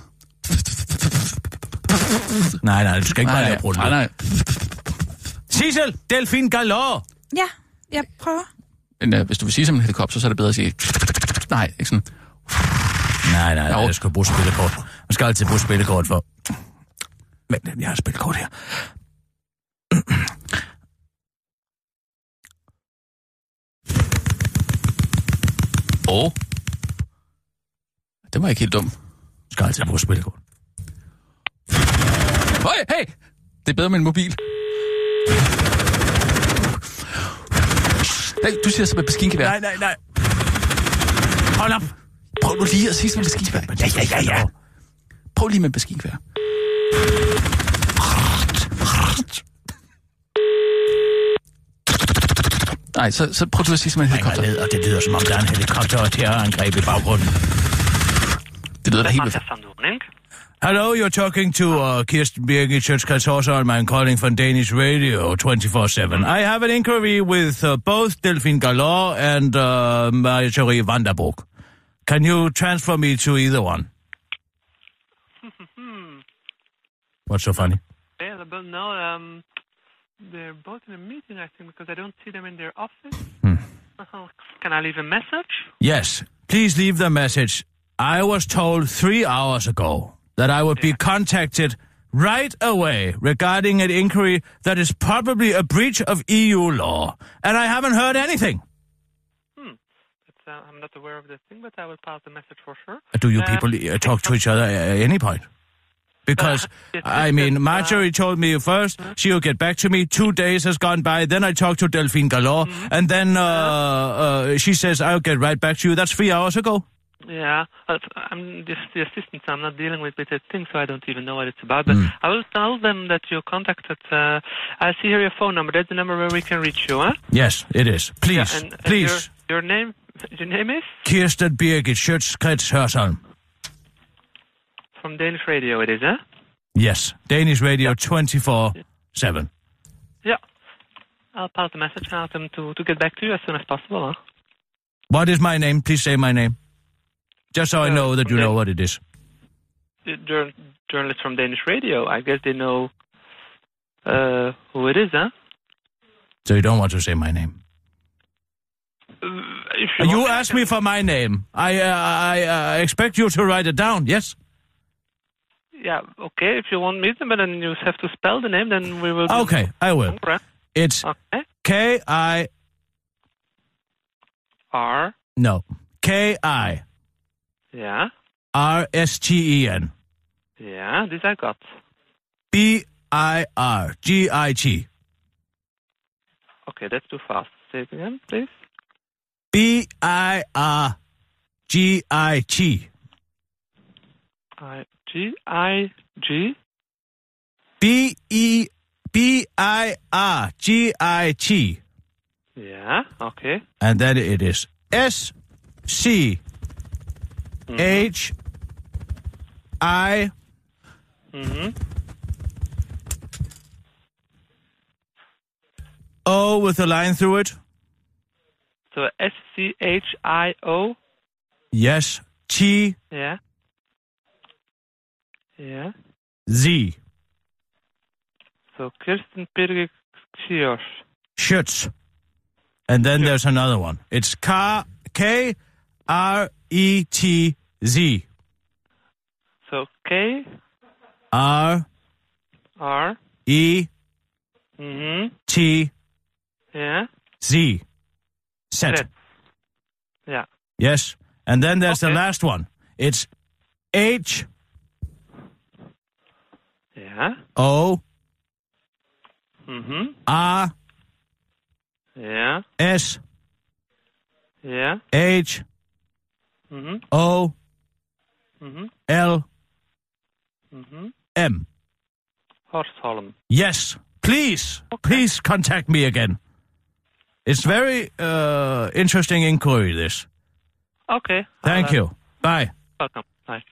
Speaker 5: Nej, nej, du skal ikke
Speaker 2: nej,
Speaker 5: bare lave brugt.
Speaker 2: Nej, nej.
Speaker 5: Sissel, Delphine Goulart.
Speaker 4: Ja, jeg prøver.
Speaker 2: Men uh, hvis du vil sige som en helikopter, så er det bedre at sige... Nej, ikke sådan...
Speaker 5: Nej, nej, nej, jeg skal bruge spillekort. Man skal altid bruge spillekort for... Men jeg har spillekort her.
Speaker 2: Åh. Oh. Det var ikke helt dum.
Speaker 5: Skal altid bruge spillekort.
Speaker 2: Høj, hey! Det er bedre med en mobil. Nej, du siger så med maskingevær.
Speaker 5: Nej, nej, nej. Hold op.
Speaker 2: Prøv nu lige at sige med maskingevær.
Speaker 5: Ja, ja, ja, ja.
Speaker 2: Prøv lige med maskingevær. Nej, så, så prøv du at sige som en helikopter.
Speaker 5: Ned, og det lyder som om der er en helikopter og terrorangreb i baggrunden.
Speaker 2: Det lyder da helt vildt.
Speaker 5: Hello, you're talking to uh, Kirsten Birgit Sjøtskreds Hørsholm. I'm calling from Danish Radio twenty-four seven. I have an inquiry with uh, both Delphine Goulart and uh, Marjorie Vanderbruch. Can you transfer me to either one? What's so funny?
Speaker 9: Available now. Um, they're both in a meeting, I think, because I don't see them in their office.
Speaker 5: Hmm.
Speaker 9: Uh-huh. Can I leave a message?
Speaker 5: Yes, please leave the message. I was told three hours ago that I would yeah. be contacted right away regarding an inquiry that is probably a breach of E U law, and I haven't heard anything.
Speaker 9: Hmm. It's, uh, I'm not aware of this thing, but I will pass the message for sure.
Speaker 5: Do you
Speaker 9: uh,
Speaker 5: people uh, talk to each other at any point? Because, uh, yes, I mean, Marjorie uh, told me first uh, she'll get back to me. Two days has gone by. Then I talked to Delphine Goulart, mm-hmm. and then uh, uh, she says, I'll get right back to you. That's three hours ago.
Speaker 9: Yeah, I'm just the assistant, so I'm not dealing with, with that thing, so I don't even know what it's about. But mm. I will tell them that you contacted... Uh, I see here your phone number. That's the number where we can reach you, huh?
Speaker 5: Yes, it is. Please,
Speaker 9: yeah, and, and
Speaker 5: please.
Speaker 9: Your, your name Your name is?
Speaker 5: Kirsten Birgit Sjøtskreds Hørsholm.
Speaker 9: From Danish Radio it is, huh?
Speaker 5: Yes, Danish Radio yeah. twenty-four seven.
Speaker 9: Yeah. I'll pass the message and ask them to, to get back to you as soon as possible, huh?
Speaker 5: What is my name? Please say my name. Just so I know that you know what it is.
Speaker 9: Jour- journalist from Danish radio. I guess they know uh, who it is, huh?
Speaker 5: So you don't want to say my name?
Speaker 9: Uh, if you
Speaker 5: You
Speaker 9: want,
Speaker 5: asked me for my name. I uh, I uh, expect you to write it down, yes?
Speaker 9: Yeah, okay. If you want me to, but then you have to spell the name, then we will...
Speaker 5: Okay, I will. It's
Speaker 9: okay.
Speaker 5: K I...
Speaker 9: R.
Speaker 5: No. K I
Speaker 9: Yeah.
Speaker 5: R S T E N.
Speaker 9: Yeah, this I got.
Speaker 5: B I R G I T.
Speaker 9: Okay, that's too fast. Say it again, please.
Speaker 5: B I R G I T.
Speaker 9: I G I G.
Speaker 5: B E B I R G I T.
Speaker 9: Yeah, okay.
Speaker 5: And then it is S C H I
Speaker 9: Mm-hmm.
Speaker 5: O with a line through it.
Speaker 9: So S C H I O.
Speaker 5: Yes. T
Speaker 9: Yeah. Yeah.
Speaker 5: Z.
Speaker 9: So Kirsten Birgit Schiers.
Speaker 5: Schütz. And then there's another one. It's K K R E T Z.
Speaker 9: So K
Speaker 5: R
Speaker 9: R
Speaker 5: E
Speaker 9: mm-hmm.
Speaker 5: T
Speaker 9: Yeah.
Speaker 5: Z. Set.
Speaker 9: Set. Yeah.
Speaker 5: Yes. And then there's
Speaker 9: Okay.
Speaker 5: the last one. It's H
Speaker 9: Yeah.
Speaker 5: O
Speaker 9: Mm-hmm.
Speaker 5: R
Speaker 9: Yeah.
Speaker 5: S
Speaker 9: Yeah.
Speaker 5: H
Speaker 9: Mm-hmm.
Speaker 5: O
Speaker 9: Mm-hmm.
Speaker 5: L
Speaker 9: Mm-hmm.
Speaker 5: M.
Speaker 9: Horsholm.
Speaker 5: Yes. Please,
Speaker 9: Okay.
Speaker 5: please contact me again. It's very uh, interesting inquiry, this.
Speaker 9: Okay.
Speaker 5: Thank
Speaker 9: I'll, uh,
Speaker 5: you. Bye.
Speaker 9: Welcome. Bye.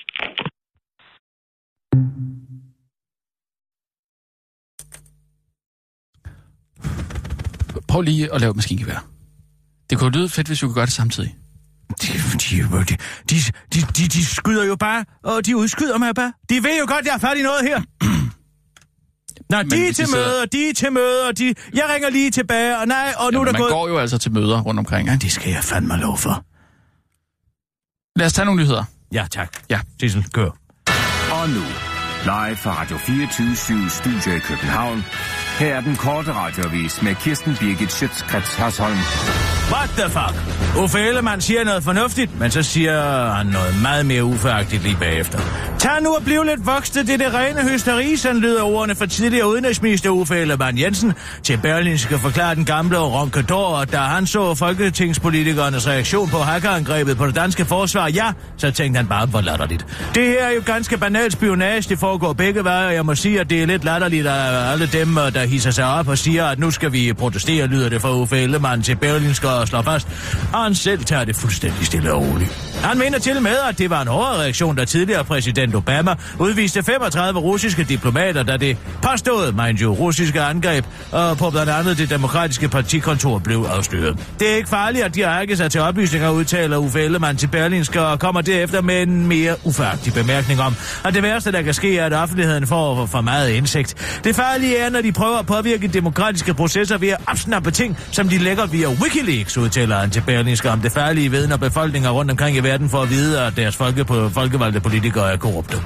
Speaker 2: Prøv lige at lave et maskingevær. Det kunne lyde fedt, hvis vi kunne gøre det samtidig.
Speaker 5: De, de, de, de, de, de, de skyder jo bare, og de udskyder mig bare. De ved jo godt, jeg er færdig noget her. Nå, de er
Speaker 2: hvis
Speaker 5: til
Speaker 2: de sidder-
Speaker 5: møder, de er til møder, de... Jeg ringer lige tilbage, og nej, og nu
Speaker 2: Ja,
Speaker 5: er der
Speaker 2: man
Speaker 5: gået...
Speaker 2: går jo altså til møder rundt omkring, ikke?
Speaker 5: Det skal jeg fandme lov for.
Speaker 2: Lad os tage nogle nyheder.
Speaker 5: Ja, tak.
Speaker 2: Ja.
Speaker 5: Sissel, kør.
Speaker 7: Og nu, live fra Radio fireogtyve syv Studio i København. Her er den korte radioavis med Kirsten Birgit Schøtz-Krets Hørsholm.
Speaker 5: What the fuck? Uffe Ellemann siger noget fornuftigt, men så siger han noget meget mere uforagtigt lige bagefter. Tag nu og bliv lidt vokste, det er det rene hysteri, sådan lyder ordene fra tidligere udenrigsminister Uffe Ellemann Jensen til Berlingske forklare den gamle ronkador, da han så folketingspolitikernes reaktion på hackerangrebet på det danske forsvar. Ja, så tænkte han bare, hvor latterligt. Det her er jo ganske banalt spionage, det foregår begge veje, og jeg må sige, at det er lidt latterligt af alle dem, der hisser sig op og siger, at nu skal vi protestere, lyder det fra Uffe Ellemann til Berlingske og slår fast, og han selv tager det fuldstændig stille og roligt. Han mener til med, at det var en hård reaktion, da tidligere præsident Obama udviste femogtredive russiske diplomater, da det påståede, mind you, russiske angreb og på blandt andet det demokratiske partikontor blev afsløret. Det er ikke farligt, at de har hacket sig til oplysninger, udtaler Uffe Ellemann til Berlingske og kommer derefter med en mere ufartig bemærkning om, at det værste, der kan ske, er, at offentligheden får for meget indsigt. Det farlige er, når de prøver at påvirke demokratiske processer ved at opsnappe ting, som de lægger via Wikileaks, udtaler han til Berlingske om det farlige ved, når befolkninger rundt omkring i verden får at vide, at deres folke på folkevalgte politikere er korrupte.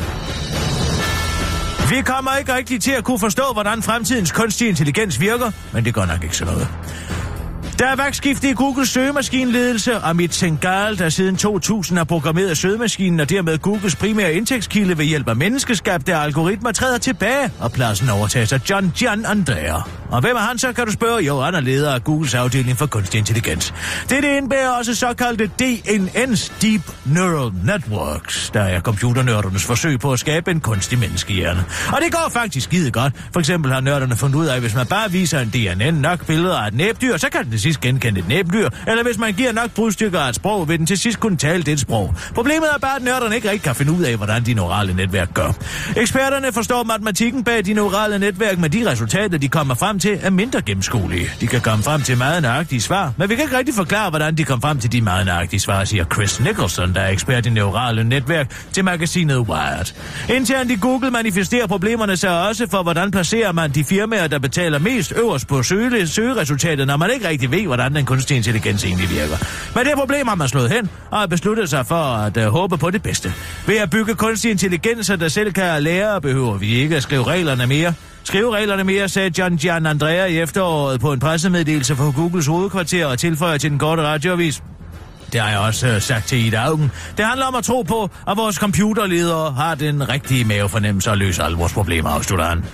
Speaker 5: Vi kommer ikke rigtig til at kunne forstå, hvordan fremtidens kunstig intelligens virker, men det går nok ikke så noget. Der er vagtskifte i Googles søgemaskineledelse. Amit Singhal, der siden to tusind har programmeret søgemaskinen og dermed Googles primære indtægtskilde ved hjælp af menneskeskabte algoritmer, træder tilbage, og pladsen overtages af John Gianandrea. Og hvem er han så, kan du spørge? Jo, han er leder af Googles afdeling for kunstig intelligens. Det indebærer også såkaldte D N N's Deep Neural Networks, der er computernørdernes forsøg på at skabe en kunstig menneskehjerne. Og det går faktisk skide godt. For eksempel har nørderne fundet ud af, at hvis man bare viser en D N N nok billeder af et næbdyr, så kan den sidst genkende et næbdyr, eller hvis man giver nok brudstykker af et sprog, vil den til sidst kunne tale det sprog. Problemet er bare, at nørderne ikke rigtig kan finde ud af, hvordan de neurale netværk gør. Eksperterne forstår matematikken bag de neurale netværk, men de resultater, de kommer frem til, er mindre gennemskuelige. De kan komme frem til meget nøjagtige svar, men vi kan ikke rigtig forklare, hvordan de kom frem til de meget nøjagtige svar, siger Chris Nicholson, der er ekspert i neurale netværk, til magasinet Wired. Internt i Google manifesterer problemerne sig også for, hvordan placerer man de firmaer, der betaler mest øverst på søge- søgeresultatet, når man ikke rigtig ved, hvordan den kunstige intelligens egentlig virker. Men det problem har man slået hen, og har besluttet sig for at uh, håbe på det bedste. Ved at bygge kunstige intelligenser, der selv kan lære, behøver vi ikke at skrive reglerne mere. Skrive reglerne mere, sagde John Gianandrea i efteråret på en pressemeddelelse for Googles hovedkvarter og tilføjer til den korte radioavis. Det har jeg også uh, sagt til Ida Augen. Det handler om at tro på, at vores computerledere har den rigtige mavefornemmelse og løser alle vores problemer, afslutter han.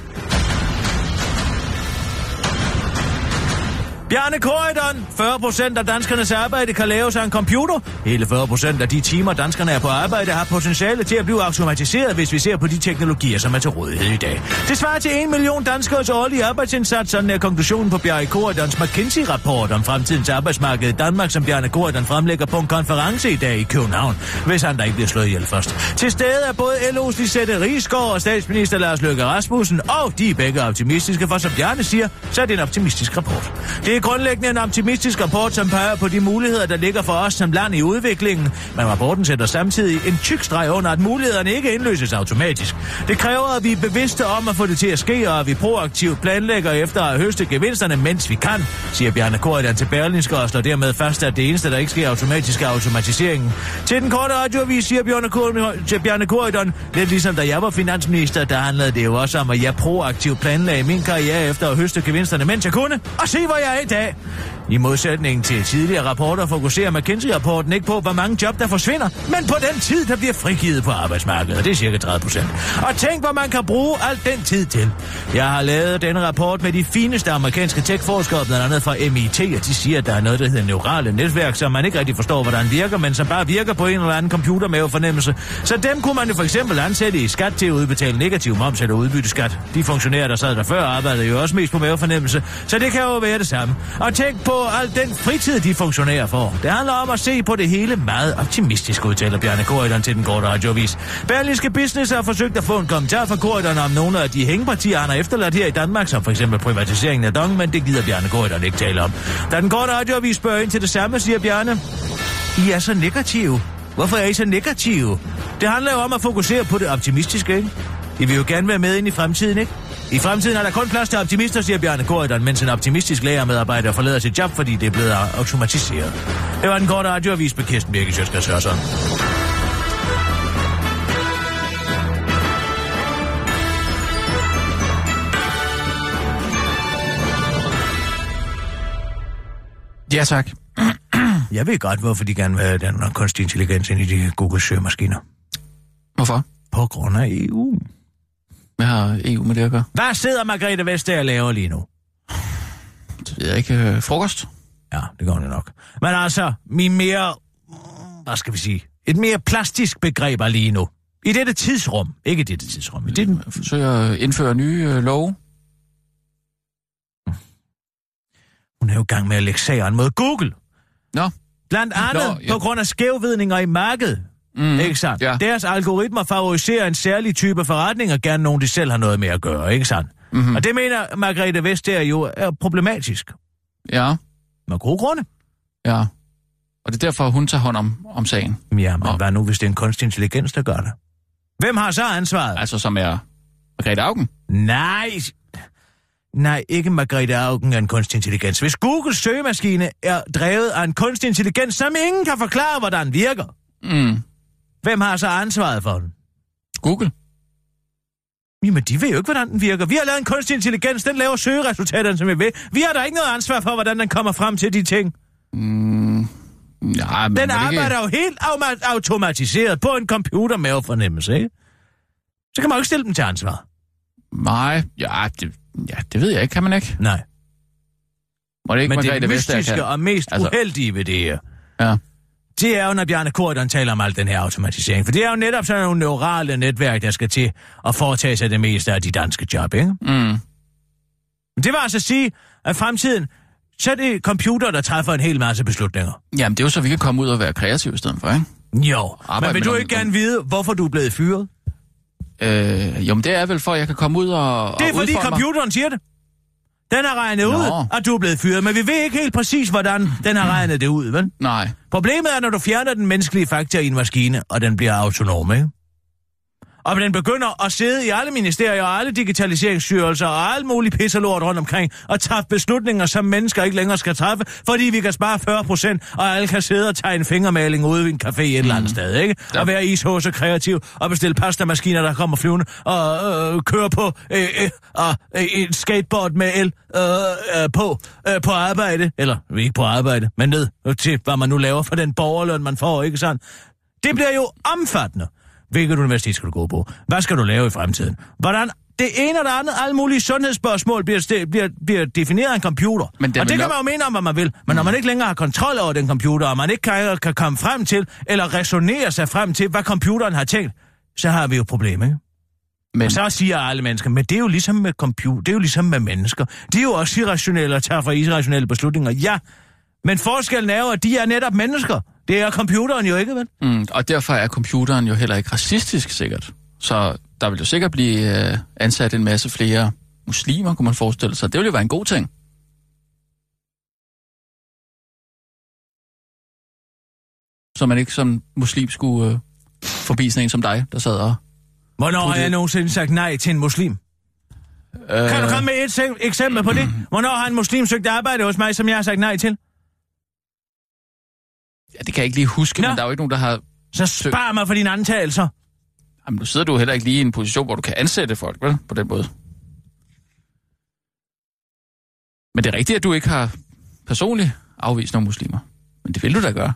Speaker 5: Bjarne Corydon. fyrre procent af danskernes arbejde kan laves af en computer. Hele fyrre procent af de timer, danskerne er på arbejde, har potentiale til at blive automatiseret, hvis vi ser på de teknologier, som er til rådighed i dag. Det svarer til en million danskers årlige arbejdsindsats, sådan er konklusionen på Bjarne Corydons McKinsey-rapport om fremtidens arbejdsmarked i Danmark, som Bjarne Corydon fremlægger på en konference i dag i København, hvis han der ikke bliver slået ihjel først. Til stede er både L O's Lisette Rigsgaard og statsminister Lars Løkke Rasmussen, og de er begge optimistiske, for som Bjarne siger, så er det en optimistisk rapport. Det er grundlæggende en optimistisk rapport, som peger på de muligheder, der ligger for os som land i udviklingen, men rapporten sætter samtidig en tyk streg under, at mulighederne ikke indløses automatisk. Det kræver, at vi er bevidste om at få det til at ske, og at vi proaktivt planlægger efter at høste gevinsterne, mens vi kan, siger Bjarne Corydon til Berlingske og slår dermed fast, at det eneste, der ikke sker automatisk, er automatiseringen. Til den korte radioavis siger Bjarne Corydon, lidt ligesom da jeg var finansminister, der handlede det jo også om, at jeg proaktivt planlagde min karriere efter at høste gevinsterne, mens jeg kunne, og se, hvor jeg er i dag. I modsætning til tidligere rapporter fokuserer McKinsey-rapporten ikke på, hvor mange job der forsvinder, men på den tid, der bliver frigivet på arbejdsmarkedet. Det er cirka tredive procent. Og tænk, hvor man kan bruge al den tid til. Jeg har lavet denne rapport med de fineste amerikanske tech-forskere, blandt andet fra M I T, og de siger, at der er noget, der hedder neurale netværk, som man ikke rigtig forstår, hvordan virker, men som bare virker på en eller anden computermavefornemmelse. Så dem kunne man jo for eksempel ansætte i skat til at udbetale negativ moms eller udbytteskat. De funktionærer, der sad der før, arbejdede jo også mest på mavefornemmelse, så det kan jo være det samme. Og tænk på al den fritid, de funktionærer får. Det handler om at se på det hele meget optimistisk, udtaler Bjarne Corydon til den korte radioavis. Berlingske Business har forsøgt at få en kommentar fra Corydon om nogle af de hængepartier, han har efterladt her i Danmark, som for eksempel privatiseringen af Dong, men det gider Bjarne Corydon ikke tale om. Da den korte radioavis spørger ind til det samme, siger Bjarne, I er så negative. Hvorfor er I så negative? Det handler jo om at fokusere på det optimistiske, ikke? I vil jo gerne være med ind i fremtiden, ikke? I fremtiden er der kun plads til optimister, siger Bjarne Corydon, mens en optimistisk lærermedarbejder forlader sit job, fordi det er blevet automatiseret. Det var den korte radioavis med Kirsten Birgit Sjøtskreds Hørsholm.
Speaker 2: Ja, tak.
Speaker 5: Jeg ved godt, hvorfor de gerne vil have den kunstig intelligens ind i de Google søgemaskiner.
Speaker 2: Hvorfor?
Speaker 5: På grund af E U.
Speaker 2: Hvad har E U med det at gøre?
Speaker 5: Hvad sidder Margrethe Vestager og laver lige nu?
Speaker 2: Det ved jeg ikke. Øh, frokost?
Speaker 5: Ja, det går det nok. Men altså, min mere... Hvad skal vi sige? Et mere plastisk begreb er lige nu. I dette tidsrum. Ikke i dette tidsrum. I dette...
Speaker 2: Jeg forsøger at indføre nye øh, love.
Speaker 5: Hun er jo i gang med at lægge sageren mod Google.
Speaker 2: Nå.
Speaker 5: Blandt andet Nå, ja. På grund af skævvidninger i markedet. Mm, ikke sandt? Ja. Deres algoritmer favoriserer en særlig type forretning, og gerne nogen, de selv har noget med at gøre, ikke sandt? Mm-hmm. Og det mener Margrethe Vestager jo er problematisk.
Speaker 2: Ja.
Speaker 5: Med gode grunde.
Speaker 2: Ja. Og det er derfor, hun tager hånd om, om sagen.
Speaker 5: Ja, men og... hvad nu, hvis det er en kunstig intelligens, der gør det? Hvem har så ansvaret?
Speaker 2: Altså, som er Margrethe Augen?
Speaker 5: Nej, Nej, ikke Margrethe Augen er en kunstig intelligens. Hvis Googles søgemaskine er drevet af en kunstig intelligens, som ingen kan forklare, hvordan virker.
Speaker 2: Mm.
Speaker 5: Hvem har så ansvaret for den?
Speaker 2: Google.
Speaker 5: Jamen, de ved jo ikke, hvordan den virker. Vi har lavet en kunstig intelligens, den laver søgeresultaterne, som vi vil. Vi har da ikke noget ansvar for, hvordan den kommer frem til de ting.
Speaker 2: Mm. Ja, men
Speaker 5: den arbejder
Speaker 2: ikke...
Speaker 5: jo helt automatiseret på en computer med fornemmelse, ikke? Så kan man jo ikke stille dem til ansvar.
Speaker 2: Nej, ja, det, ja, det ved jeg ikke, kan man ikke?
Speaker 5: Nej.
Speaker 2: Må det ikke,
Speaker 5: men
Speaker 2: det
Speaker 5: mystiske og mest altså... uheldige ved det her,
Speaker 2: ja.
Speaker 5: det er jo, når Bjarne Corydon taler om al den her automatisering. For det er jo netop sådan nogle neurale netværk, der skal til at foretage sig det meste af de danske job, ikke?
Speaker 2: Mm.
Speaker 5: Det var altså at sige, at fremtiden så er det computer, der træffer en hel masse beslutninger.
Speaker 2: Jamen, det er jo så, vi kan komme ud og være kreative i stedet for, ikke?
Speaker 5: Jo, Arbejde men vil du ikke gerne vide, hvorfor du er blevet fyret?
Speaker 2: Øh, jo, men det er vel for, at jeg kan komme ud og
Speaker 5: Det er
Speaker 2: og
Speaker 5: fordi computeren
Speaker 2: mig.
Speaker 5: siger det. Den har regnet
Speaker 2: Nå.
Speaker 5: ud, at du er blevet fyret, men vi ved ikke helt præcis, hvordan den har regnet det ud, vel?
Speaker 2: Nej.
Speaker 5: Problemet er, når du fjerner den menneskelige faktor i en maskine, og den bliver autonom, ikke? Og den begynder at sidde i alle ministerier og alle digitaliseringsstyrelser og alle mulige pisselort rundt omkring og træffe beslutninger, som mennesker ikke længere skal træffe, fordi vi kan spare fyrre procent, og alle kan sidde og tegne fingermaling ude i en café et eller andet sted, ikke? Ja. Og være ishåse kreativ og bestille pastamaskiner, der kommer flyvende og øh, køre på øh, øh, øh, et skateboard med el øh, øh, på, øh, på arbejde. Eller ikke på arbejde, men ned til, hvad man nu laver for den borgerløn, man får, ikke sandt? Det bliver jo omfattende. Hvilket universitet skal du gå på? Hvad skal du lave i fremtiden? Hvordan det ene og det andet, alle mulige sundhedsspørgsmål bliver, bliver, bliver defineret af en computer. Men det og det kan man jo mene om, hvad man vil. Men når man ikke længere har kontrol over den computer, og man ikke kan, kan komme frem til, eller resonere sig frem til, hvad computeren har tænkt, så har vi jo et problem, ikke? Men... Og så siger alle mennesker, men det er jo ligesom med computer, det er jo ligesom med mennesker. De er jo også irrationelle og tager for irrationelle beslutninger. Ja, men forskellen er jo, at de er netop mennesker. Det er computeren jo ikke, vel? Mm,
Speaker 2: og derfor er computeren jo heller ikke racistisk, sikkert. Så der vil jo sikkert blive øh, ansat en masse flere muslimer, kunne man forestille sig. Det ville jo være en god ting. Så man ikke som muslim skulle øh, forbi sådan en som dig, der sad og...
Speaker 5: Hvornår har jeg nogensinde sagt nej til en muslim? Øh... Kan du komme med et se- eksempel på det? Hvornår har en muslim søgt arbejde hos mig, som jeg har sagt nej til?
Speaker 2: Ja, det kan jeg ikke lige huske, Nå. Men der er jo ikke nogen, der har...
Speaker 5: Så spar mig for dine antagelser.
Speaker 2: Jamen, nu sidder du heller ikke lige i en position, hvor du kan ansætte folk, vel? På den måde. Men det er rigtigt, at du ikke har personligt afvist nogle muslimer. Men det vil du da gøre.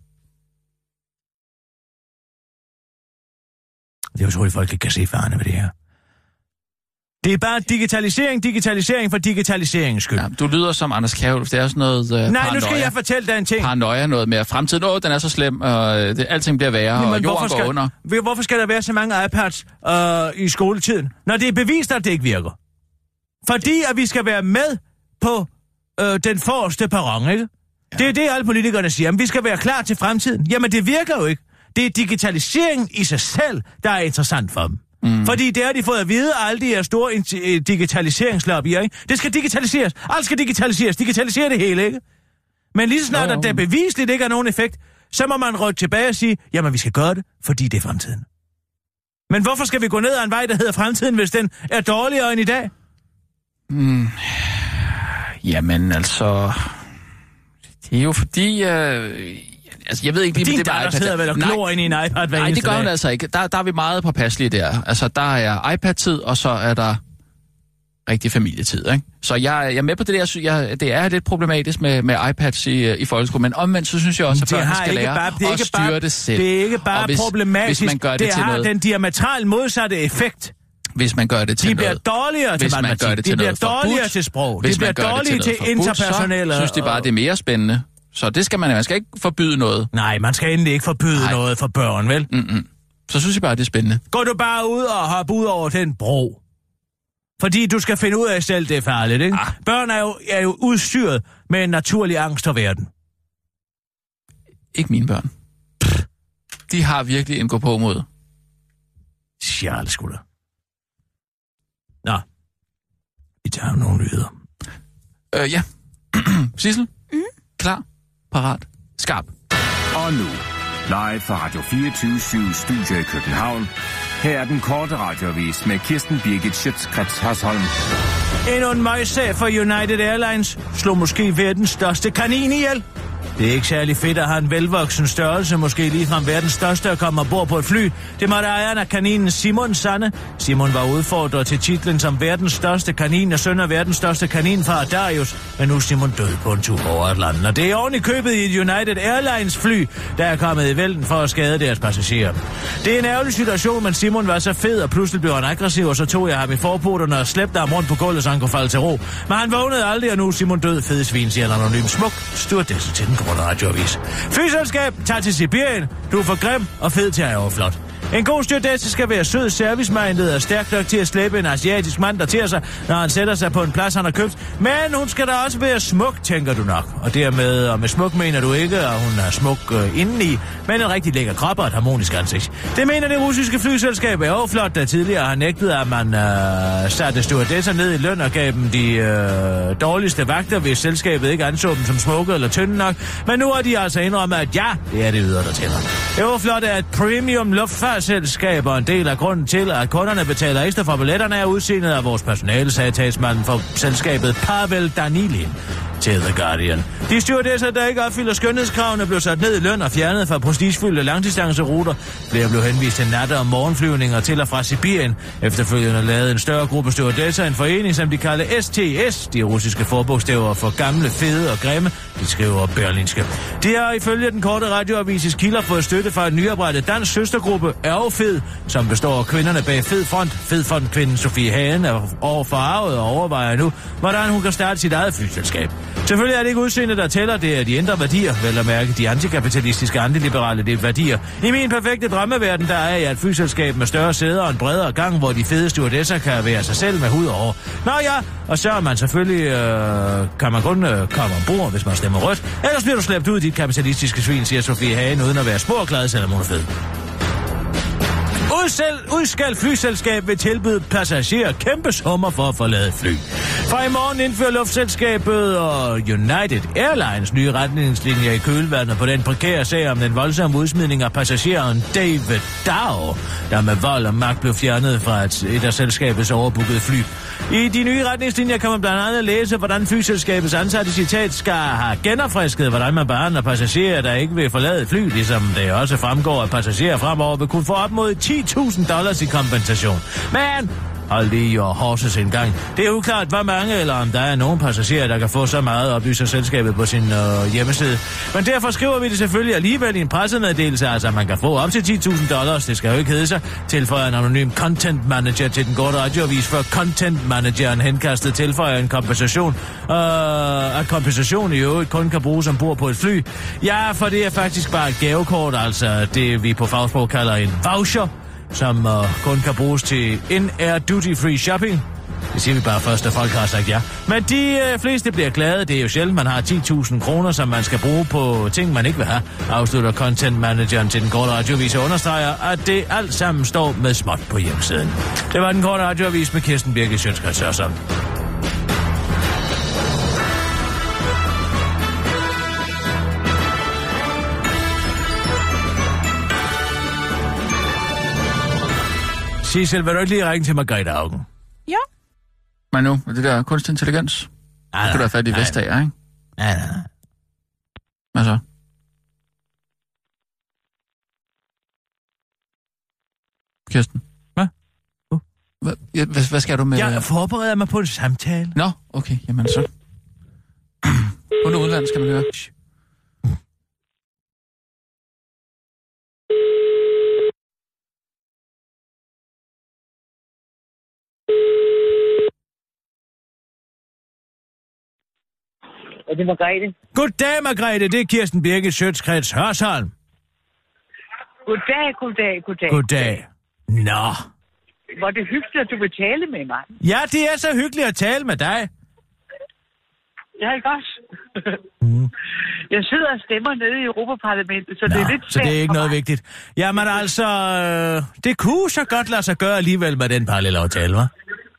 Speaker 5: Det er jo så, at folk ikke kan se farerne ved det her. Det er bare digitalisering, digitalisering for digitaliseringens skyld.
Speaker 2: Ja, du lyder som Anders Kjærulff. Det er sådan noget uh,
Speaker 5: Nej,
Speaker 2: paranoia.
Speaker 5: Nu skal jeg fortælle dig en ting.
Speaker 2: Paranoia, noget med, at fremtiden, åh, den er så slem, og det, alting bliver værre, jamen, og jorden
Speaker 5: skal,
Speaker 2: går under.
Speaker 5: Hvorfor skal der være så mange iPads uh, i skoletiden, når det er bevist, at det ikke virker? Fordi at vi skal være med på uh, den forreste perron, ikke? Ja. Det er det, alle politikerne siger. Jamen, vi skal være klar til fremtiden. Jamen, det virker jo ikke. Det er digitaliseringen i sig selv, der er interessant for dem. Mm. Fordi det har de fået at vide, alle de her store digitaliseringslobbyer, ikke? Det skal digitaliseres. Alt skal digitaliseres. Digitalisere det hele, ikke? Men lige så snart, at det bevisligt ikke har nogen effekt, så må man rykke tilbage og sige, jamen vi skal gøre det, fordi det er fremtiden. Men hvorfor skal vi gå ned ad en vej, der hedder fremtiden, hvis den er dårligere end i dag?
Speaker 2: Mm. Jamen altså... Det er jo fordi... Øh... Altså, jeg ved ikke lige,
Speaker 5: Din
Speaker 2: det
Speaker 5: datter sidder vel og glor ind i en iPad hver
Speaker 2: Nej, det gør hun
Speaker 5: dag.
Speaker 2: altså ikke. Der, der er vi meget påpasselige der. Altså, der er iPad-tid, og så er der rigtig familietid, ikke? Så jeg, jeg er med på det der. Jeg, det er lidt problematisk med, med iPads i, i folkeskolen, men omvendt, så synes jeg også, at børnene skal lære
Speaker 5: bare, det
Speaker 2: at styre bare, det selv.
Speaker 5: Det er ikke bare hvis, problematisk.
Speaker 2: Hvis man gør det,
Speaker 5: det
Speaker 2: til
Speaker 5: har
Speaker 2: noget,
Speaker 5: den diametralt modsatte effekt.
Speaker 2: Hvis man gør det til
Speaker 5: de bliver
Speaker 2: noget,
Speaker 5: dårligere til matematik. De bliver dårligere til sprog. De bliver dårligere til interpersonelle.
Speaker 2: Så synes de bare, det er mere spændende. Så det skal man, man skal ikke forbyde noget.
Speaker 5: Nej, man skal endelig ikke forbyde Nej. noget for børn, vel?
Speaker 2: Mm-mm. Så synes jeg bare, det er spændende.
Speaker 5: Går du bare ud og hopper ud over den bro? Fordi du skal finde ud af selv, det er farligt, ikke? Ah. Børn er jo, er jo udstyret med en naturlig angst for verden.
Speaker 2: Ikke mine børn. Pff. De har virkelig en gå på mod.
Speaker 5: Charles skulder. Nå. Vi tager nogle nyheder.
Speaker 2: Øh, ja. Sissel? Mm? Klar, parat, skarp.
Speaker 7: Og nu, live fra Radio fireogtyve syv Studio i København. Her er den korte radioavis med Kirsten Birgit Schøtz-Krets Hørsholm.
Speaker 5: Endnu en møgssag for United Airlines slog måske verdens største kanin ihjel. Det er ikke særlig fedt at have en velvoksen størrelse, måske ligefrem verdens største, at komme ombord på et fly. Det måtte ejeren af kaninen Simon Sanne. Simon var udfordret til titlen som verdens største kanin og søn af verdens største kaninfar Darius. Men nu er Simon død på en tur over Atlanten. Og det er oven i købet i et United Airlines fly, der er kommet i vælten for at skade deres passagerer. Det er en ærgerlig situation, men Simon var så fed, og pludselig blev han aggressiv, og så tog jeg ham i forpoterne og slæbte ham rundt på gulvet, så han kunne falde til ro. Men han vågnede aldrig, og nu er Simon død. Fede svin, siger en anonym smuk. Stewardesse til den korte radioavis. Flyselskab, tag til Sibirien. Du er for grim og fed til at være flot. En god stewardesse skal være sød, service-minded og stærk nok til at slæbe en asiatisk mand der til sig, når han sætter sig på en plads, han har købt. Men hun skal da også være smuk, tænker du nok. Og dermed, og med smuk mener du ikke, at hun er smuk øh, indeni, men en rigtig lækker krop og et harmonisk ansigt. Det mener det russiske flyselskab er også flot, der tidligere har nægtet, at man øh, satte stewardesser ned i løn og gav dem de øh, dårligste vagter, hvis selskabet ikke anså dem som smukke eller tynde nok. Men nu har de altså indrømmet, at ja, det er det ydre, der tæller. Det er flot, at premium luftfartsselskab og en del af grunden til, at kunderne betaler ekstra for billetterne er udseendet af vores personale, sagde talsmanden for selskabet Pavel Danilin til The Guardian. De stewardesser, der ikke opfylder skønhedskravene, blev sat ned i løn og fjernet fra prestigefyldte langdistanceruter. Flere blev henvist til nat- og morgenflyvninger til og fra Sibirien. Efterfølgende lavede en større gruppe stewardesser en forening, som de kalder S T S, de russiske forbogstaver for gamle, fede og grimme, de skriver Berlinske. De har ifølge den korte radioavises kilder fået støtte fra en nyoprettet dansk søstergruppe Ærgefed, som består af kvinderne bag Fed Front. Fed Front-kvinden Sofie Hagen er overfarvet og overvejer nu, hvordan hun kan starte sit eget flyselskab. Selvfølgelig er det ikke udseendet, der tæller, det er de indre værdier, vel at mærke de antikapitalistiske, antiliberale værdier. I min perfekte drømmeverden, der er jeg et flyselskab med større sæder og en bredere gang, hvor de fede stewardesser kan være sig selv med hud og hår. Nå ja, og så er man selvfølgelig, øh, kan man kun øh, komme ombord, hvis man stemmer rødt. Ellers bliver du slæbt ud i dit kapitalistiske svin, siger Sofie Hagen, uden at være sporglad, selvom hun er fed. Udsel, udskald flyselskab vil tilbyde passagerer kæmpe summer for at forlade fly. Fra i morgen indfører luftselskabet og United Airlines nye retningslinjer i kølvandet på den prekære sag om den voldsomme udsmidning af passageren David Dow, der med vold og magt blev fjernet fra et, et af selskabets overbookede fly. I de nye retningslinjer kan man blandt andet læse, hvordan flyselskabets ansatte citat skal have genopfrisket, hvordan man behandler passagerer, der ikke vil forlade fly, ligesom det også fremgår, at passagerer fremover vil kunne få op mod ti tusind dollars i kompensation. Men hold lige your horses en gang. Det er uklart, hvor mange eller om der er nogen passagerer, der kan få så meget, oplyser selskabet på sin øh, hjemmeside. Men derfor skriver vi det selvfølgelig alligevel i en pressemeddelelse, altså man kan få op til ti tusind dollars. Det skal jo ikke hedde sig. Tilføjer en anonym content manager til den korte radioavis, for content manageren henkastet tilføjer en kompensation. Øh, at kompensation i øvrigt kun kan bruges ombord på et fly. Ja, for det er faktisk bare et gavekort, altså det vi på fagsprog kalder en voucher, som uh, kun kan bruges til in-air duty-free shopping. Det siger vi bare først, at folk har sagt ja. Men de uh, fleste bliver glade. Det er jo sjældent, man har ti tusind kroner, som man skal bruge på ting, man ikke vil have. Afslutter content manageren til den korte radioavis og understreger, at det alt sammen står med småt på hjemmesiden. Det var den korte radioavis med Kirsten Birgit Sjøtskrets Hørsholm. Sissel, vil du ikke lige ringe til Margrethe Augen?
Speaker 4: Ja.
Speaker 2: Men nu, det der kunstig intelligens,
Speaker 5: Nej,
Speaker 2: det kunne da fat i Vestager, ikke?
Speaker 5: Nej, nej, nej.
Speaker 2: Hvad så? Kirsten?
Speaker 5: Hvad? Uh.
Speaker 2: Hvad, ja, hvad, hvad skal du med?
Speaker 5: Jeg forbereder mig på en samtale.
Speaker 2: Nå, okay, jamen så. På det udland skal man høre.
Speaker 10: Er det Margrethe?
Speaker 5: Goddag, Margrethe. Det er Kirsten Birgit Sjøtskrets Hørsholm.
Speaker 10: Goddag, goddag, goddag.
Speaker 5: Goddag. Nå.
Speaker 10: Hvor er det hyggeligt, at du vil tale med mig.
Speaker 5: Ja, det er så hyggeligt at tale med dig.
Speaker 10: Ja, ikke også? mm. Jeg sidder og stemmer nede i Europaparlamentet, så
Speaker 5: Nå,
Speaker 10: det er lidt
Speaker 5: så det er ikke noget
Speaker 10: mig.
Speaker 5: vigtigt. Jamen altså, øh, det kunne så godt lade sig gøre alligevel med den parallelaftale, hva'?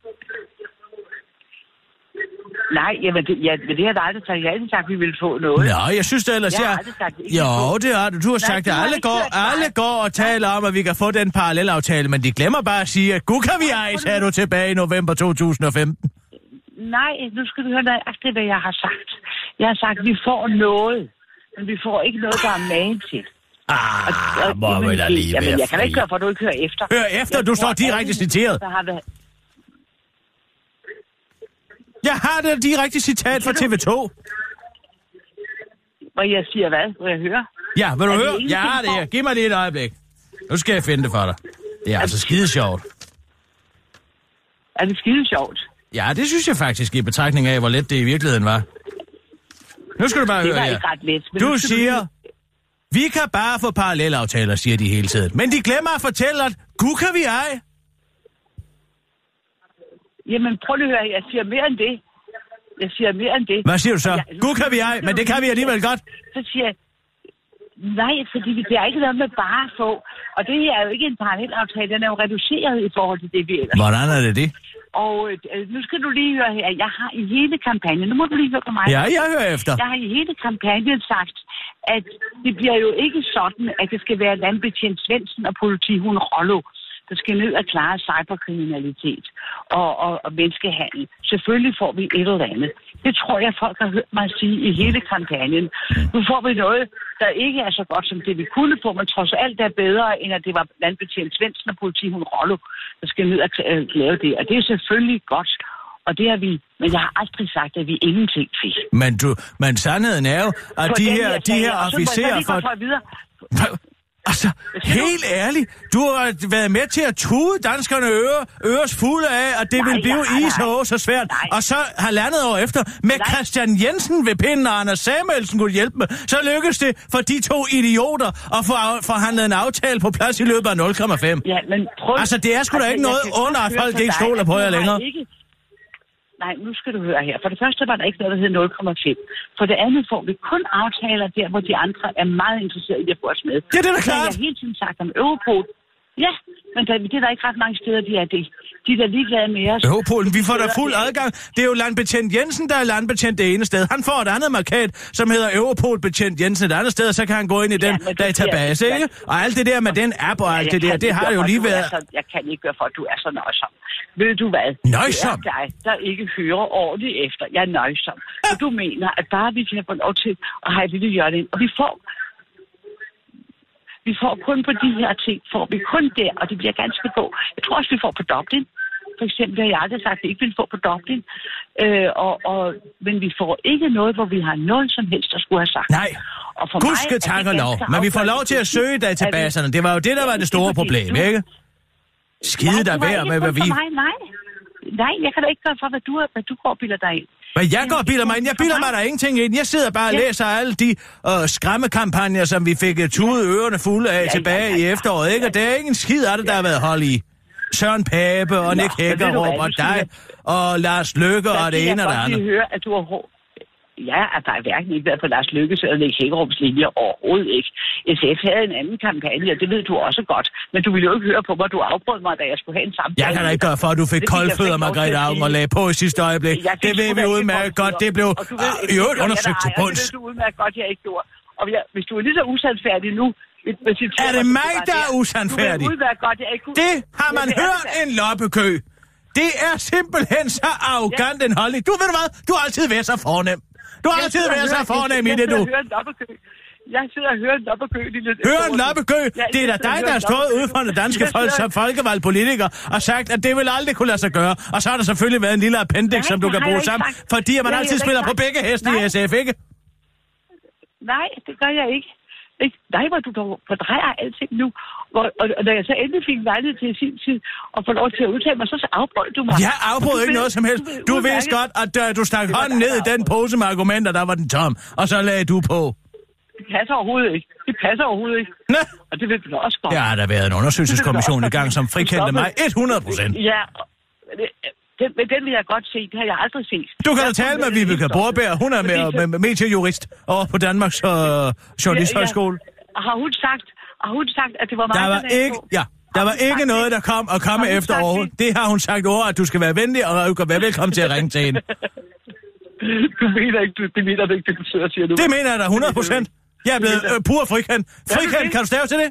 Speaker 10: Nej, jamen det, ja, det har jeg aldrig sagt. Jeg har aldrig sagt, at vi ville få noget.
Speaker 5: Nå, jeg synes det ellers,
Speaker 10: jeg...
Speaker 5: jeg...
Speaker 10: har aldrig sagt, ikke
Speaker 5: Jo,
Speaker 10: få.
Speaker 5: det har du. Du har
Speaker 10: Nej,
Speaker 5: sagt, at
Speaker 10: har
Speaker 5: alle går, alle går og taler om, at vi kan få den parallelaftale, men de glemmer bare at sige, at gud kan vi ej, sagde du tilbage i november to tusind og femten.
Speaker 10: Nej, nu skal du høre nøjagtigt, hvad jeg har sagt. Jeg har sagt, at vi får noget, men vi får ikke noget, der er magen til.
Speaker 5: Ah, og, og, må vi da lige
Speaker 10: jamen,
Speaker 5: være
Speaker 10: jeg kan da ikke gøre, for du ikke hører efter.
Speaker 5: Hør efter,
Speaker 10: jeg
Speaker 5: du står direkte citeret.
Speaker 10: Der har været...
Speaker 5: Jeg har det direkte citat fra T V to.
Speaker 10: Hvor jeg siger hvad? Må jeg høre?
Speaker 5: Ja, vil du
Speaker 10: er
Speaker 5: høre?
Speaker 10: Det
Speaker 5: Jeg har det her. Giv mig lige et øjeblik. Nu skal jeg finde det for dig. Det er altså skide sjovt.
Speaker 10: Er det skide sjovt?
Speaker 5: Ja, det synes jeg faktisk i betragtning af, hvor let det i virkeligheden var. Nu skal du bare
Speaker 10: det
Speaker 5: høre
Speaker 10: var
Speaker 5: her.
Speaker 10: Ikke ret let,
Speaker 5: du siger, Vi kan bare få parallelaftaler, siger de hele tiden. Men de glemmer at fortælle, at gud kan vi ej.
Speaker 10: Jamen, prøv lige at høre, jeg siger mere end det. Jeg siger mere end det.
Speaker 5: Hvad siger du så?
Speaker 10: Jeg,
Speaker 5: gud kan vi ej, men det kan vi alligevel godt.
Speaker 10: Så siger jeg, nej, fordi det er ikke noget med bare at få. Og det her er jo ikke en parallelaftale, den er jo reduceret i forhold til det, vi ellers.
Speaker 5: Hvordan er det det?
Speaker 10: Og øh, nu skal du lige høre her, jeg har i hele kampagnen, nu må du lige høre på mig.
Speaker 5: Ja, jeg hører efter.
Speaker 10: Jeg har i hele kampagnen sagt, at det bliver jo ikke sådan, at det skal være landbetjent Svendsen og politihund Rollo, der skal ned og klare cyberkriminalitet og, og, og menneskehandel. Selvfølgelig får vi et eller andet. Det tror jeg, folk har hørt mig sige i hele kampagnen. Nu får vi noget, der ikke er så godt som det, vi kunne få, men trods alt er bedre, end at det var landbetjent Svendsen og politihund Rollo, der skal ned og lave det. Og det er selvfølgelig godt. Og det er vi, men jeg har aldrig sagt, at vi ingenting fik.
Speaker 5: Men, du, men sandheden er jo, at
Speaker 10: for
Speaker 5: de her,
Speaker 10: her,
Speaker 5: de her officerer...
Speaker 10: For...
Speaker 5: Altså, helt ærligt, du har været med til at tude danskerne øre, øres fulde af, at det nej, vil blive i så, så svært. Nej. Og så halvandet år efter, med nej. Christian Jensen ved pinden og Anders Samuelsen kunne hjælpe med, så lykkedes det for de to idioter at få forhandlet en aftale på plads i løbet af nul komma fem.
Speaker 10: Ja, men prøv...
Speaker 5: Altså, det er sgu da ikke noget under, at folk ikke stoler på jer længere.
Speaker 10: Ikke... Nej, nu skal du høre her. For det første var der ikke noget, der hed nul komma fem. For det andet får vi kun aftaler der, hvor de andre er meget interesserede i at få os med.
Speaker 5: Ja, det er da klart.
Speaker 10: Jeg har hele tiden sagt om Europol. Ja, men der, det er der ikke ret mange steder, de er det. De er da ligeglade med os.
Speaker 5: Europolen, vi får da fuld adgang. Det er jo landbetjent Jensen, der er landbetjent det ene sted. Han får et andet markat, som hedder Europol-betjent Jensen et andet sted, og så kan han gå ind i den ja, database, ikke? Og alt det der med den app og alt ja, det der, det har jo lige været...
Speaker 10: Så, jeg kan ikke gøre for, at du er så nøjsom. Ved du hvad?
Speaker 5: Nøjsom?
Speaker 10: Det er dig, der ikke hører ordentligt efter. Jeg er nøjsom. Ja. Og du mener, at bare vi kan få lov til at have et lille hjørne ind. Og vi får... Vi får kun på de her ting, får vi kun der, og det bliver ganske få. Jeg tror også, vi får på Dublin. For eksempel har jeg aldrig sagt, at vi ikke vil få på Dublin. Øh, og, og, men vi får ikke noget, hvor vi har noget som helst, der skulle have sagt.
Speaker 5: Nej, gudske tak og lov. Men vi får lov til at søge databaserne. Det var jo det, der var det store problem, ikke? Skide der værd med, hvad vi...
Speaker 10: Nej, nej. Nej, jeg kan da ikke gøre for, hvad du, hvad du går og bilder dig ind.
Speaker 5: Men jeg går og bilder mig ind. Jeg bilder mig der ingenting ind. Jeg sidder bare og læser alle de øh, skræmmekampagner, som vi fik tudet ørerne fulde af ja, tilbage ja, ja, ja. i efteråret, ikke? Og der er ingen skid af det, der har været hold i. Søren Pape og Nick Hækkerup og dig og Lars Løkke og det ene og det andet.
Speaker 10: Jeg kan høre, at du har hår. Ja, at der er hverken ikke været på Lars Løkkes eller Nick Hækkerups linje overhovedet ikke. S F havde en anden kampagne, og det ved du også godt. Men du ville jo ikke høre på mig, du afbrød mig, da jeg skulle have en samtale.
Speaker 5: Jeg kan da ikke gøre for, at du fik koldfødder, Margrethe Auken, og lagde på i sidste øjeblik. Det ved vi udmærket godt. Det blev i øvrigt undersøgt til bunds.
Speaker 10: Det ved du udmærket godt, jeg ikke gjorde. Og hvis du er lige så usandfærdig nu...
Speaker 5: Er det mig, der er usandfærdig? Det har man hørt en loppekø. Det er simpelthen så arrogant en holdning. Du ved du hvad? Du har altid været så fornem. Du har altid været så fornem i det, du.
Speaker 10: Jeg sidder og hører en loppekø.
Speaker 5: Hører en loppekø? Det er da dig, der har stået ude for den danske folk som folkevalgt politiker og sagt, at det vil aldrig kunne lade sig gøre. Og så har der selvfølgelig været en lille appendix, som du kan bruge sammen. Fordi man altid spiller på begge heste i S F, ikke?
Speaker 10: Nej, det gør jeg ikke. Ikke? Nej, hvor du dog fordrejer alting nu. Og, og, og da jeg så endelig fik lejlighed til sin tid og få lov til at udtale mig, så, så afbrød du mig.
Speaker 5: Jeg afbrød ikke noget som helst. Du vidste godt, at uh, du stak hånden ned i den pose med argumenter, der var den tom. Og så lagde du på.
Speaker 10: Det passer overhovedet ikke. Det passer overhovedet ikke.
Speaker 5: Næ?
Speaker 10: Og det vil du også godt.
Speaker 5: Ja, der har været en undersøgelseskommission i gang, som frikendte mig hundrede procent.
Speaker 10: Ja, den, men den vil jeg godt se. Det har jeg aldrig set.
Speaker 5: Du kan da tale med Vibeke Borberg. Hun er med, med, med mediejurist over på Danmarks øh, Journalisthøjskole.
Speaker 10: Ja, ja. Har hun sagt, har hun sagt, at det var mig,
Speaker 5: der var der ikke, ja, der var ikke noget, der kom og komme efter overhovedet. Det har hun sagt over, at du skal være venlig, og du kan være velkommen til at ringe til hende.
Speaker 10: Du mener ikke, du, det mener du ikke, det du sidder og siger nu.
Speaker 5: Det mener jeg da hundrede procent. Jeg er blevet øh, pur frikend. Frikend, kan du stave til det?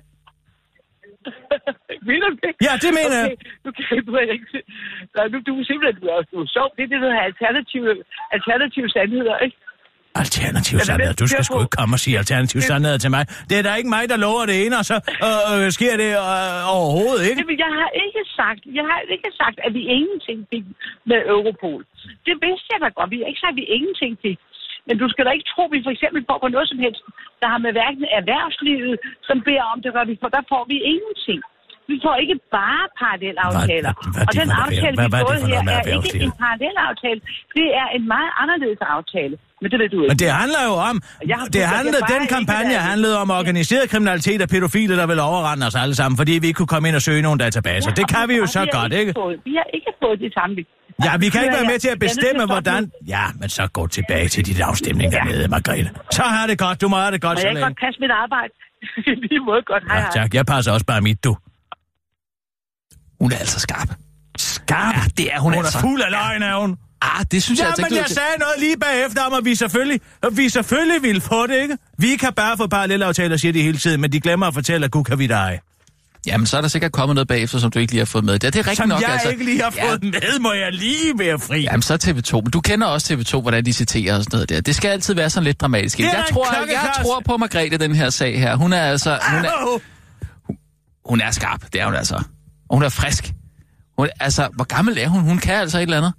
Speaker 10: Mener du det?
Speaker 5: Ja, det mener
Speaker 10: okay.
Speaker 5: jeg.
Speaker 10: Du kan ikke... Nej, du, du er simpelthen du er, du er sjov. Det er det, der hedder alternative, alternative sandheder, ikke?
Speaker 5: Alternative sandheder? Du skal sgu ikke komme og sige alternative sandheder til mig. Det er da ikke mig, der lover det ene, og så øh, øh, sker det øh, overhovedet, ikke?
Speaker 10: Jamen, jeg har ikke sagt, jeg har ikke sagt, at vi ingenting fik med Europol. Det vidste jeg da godt. Vi har ikke sagt, at vi ingenting fik. Men du skal da ikke tro, at vi for eksempel får på noget som helst, der har med hverken erhvervslivet, som beder om det, vi får. Der får vi ingenting. Vi får ikke bare parallelaftaler.
Speaker 5: Hvad, hvad,
Speaker 10: og den aftale,
Speaker 5: hvad,
Speaker 10: vi
Speaker 5: hvad,
Speaker 10: får
Speaker 5: hvad
Speaker 10: her,
Speaker 5: er,
Speaker 10: er ikke en parallelaftale. Det er en meget anderledes aftale. Men det ved du ikke.
Speaker 5: Men det handler jo om, det handlede, den kampagne handlede om organiseret kriminalitet og pædofile, der vil overrende os alle sammen, fordi vi ikke kunne komme ind og søge nogle databaser. Ja, det kan vi jo så godt, ikke?
Speaker 10: Fået, vi har ikke fået det samme.
Speaker 5: Ja, vi kan ikke være med til at bestemme, hvordan... Ja, men så gå tilbage til dit afstemning dernede, Margrethe. Så har det godt, du må have det godt,
Speaker 10: så længe. Og jeg kan godt passe mit arbejde. Lige måde godt, hej, hej.
Speaker 5: Ja, tak, jeg passer også bare mit, du.
Speaker 2: Hun er altså skarp.
Speaker 5: Skarp?
Speaker 2: Ja, det er hun,
Speaker 5: hun
Speaker 2: altså.
Speaker 5: Hun er fuld af løgn, er hun.
Speaker 2: Ah, det synes
Speaker 5: ja,
Speaker 2: jeg altså
Speaker 5: ikke,
Speaker 2: men
Speaker 5: jeg til. sagde noget lige bagefter om, at vi selvfølgelig, at vi selvfølgelig ville få det, ikke? Vi kan bare få parallelaftaler, siger de hele tiden, men de glemmer at fortælle, at gud kan vi dig.
Speaker 2: Jamen, så er der sikkert kommet noget bagefter, som du ikke lige har fået med. Det er, det er rigtigt
Speaker 5: som
Speaker 2: nok,
Speaker 5: jeg
Speaker 2: altså.
Speaker 5: ikke lige har fået ja. med, må jeg lige være fri.
Speaker 2: Jamen, så T V to. Men du kender også T V to, hvordan de citerer og sådan noget der. Det skal altid være sådan lidt dramatisk. Jeg tror, jeg tror på Margrethe, den her sag her. Hun er altså... Hun er, hun, hun er skarp, det er hun altså. Og hun er frisk. Hun, altså, hvor gammel er hun? Hun kan altså et eller andet.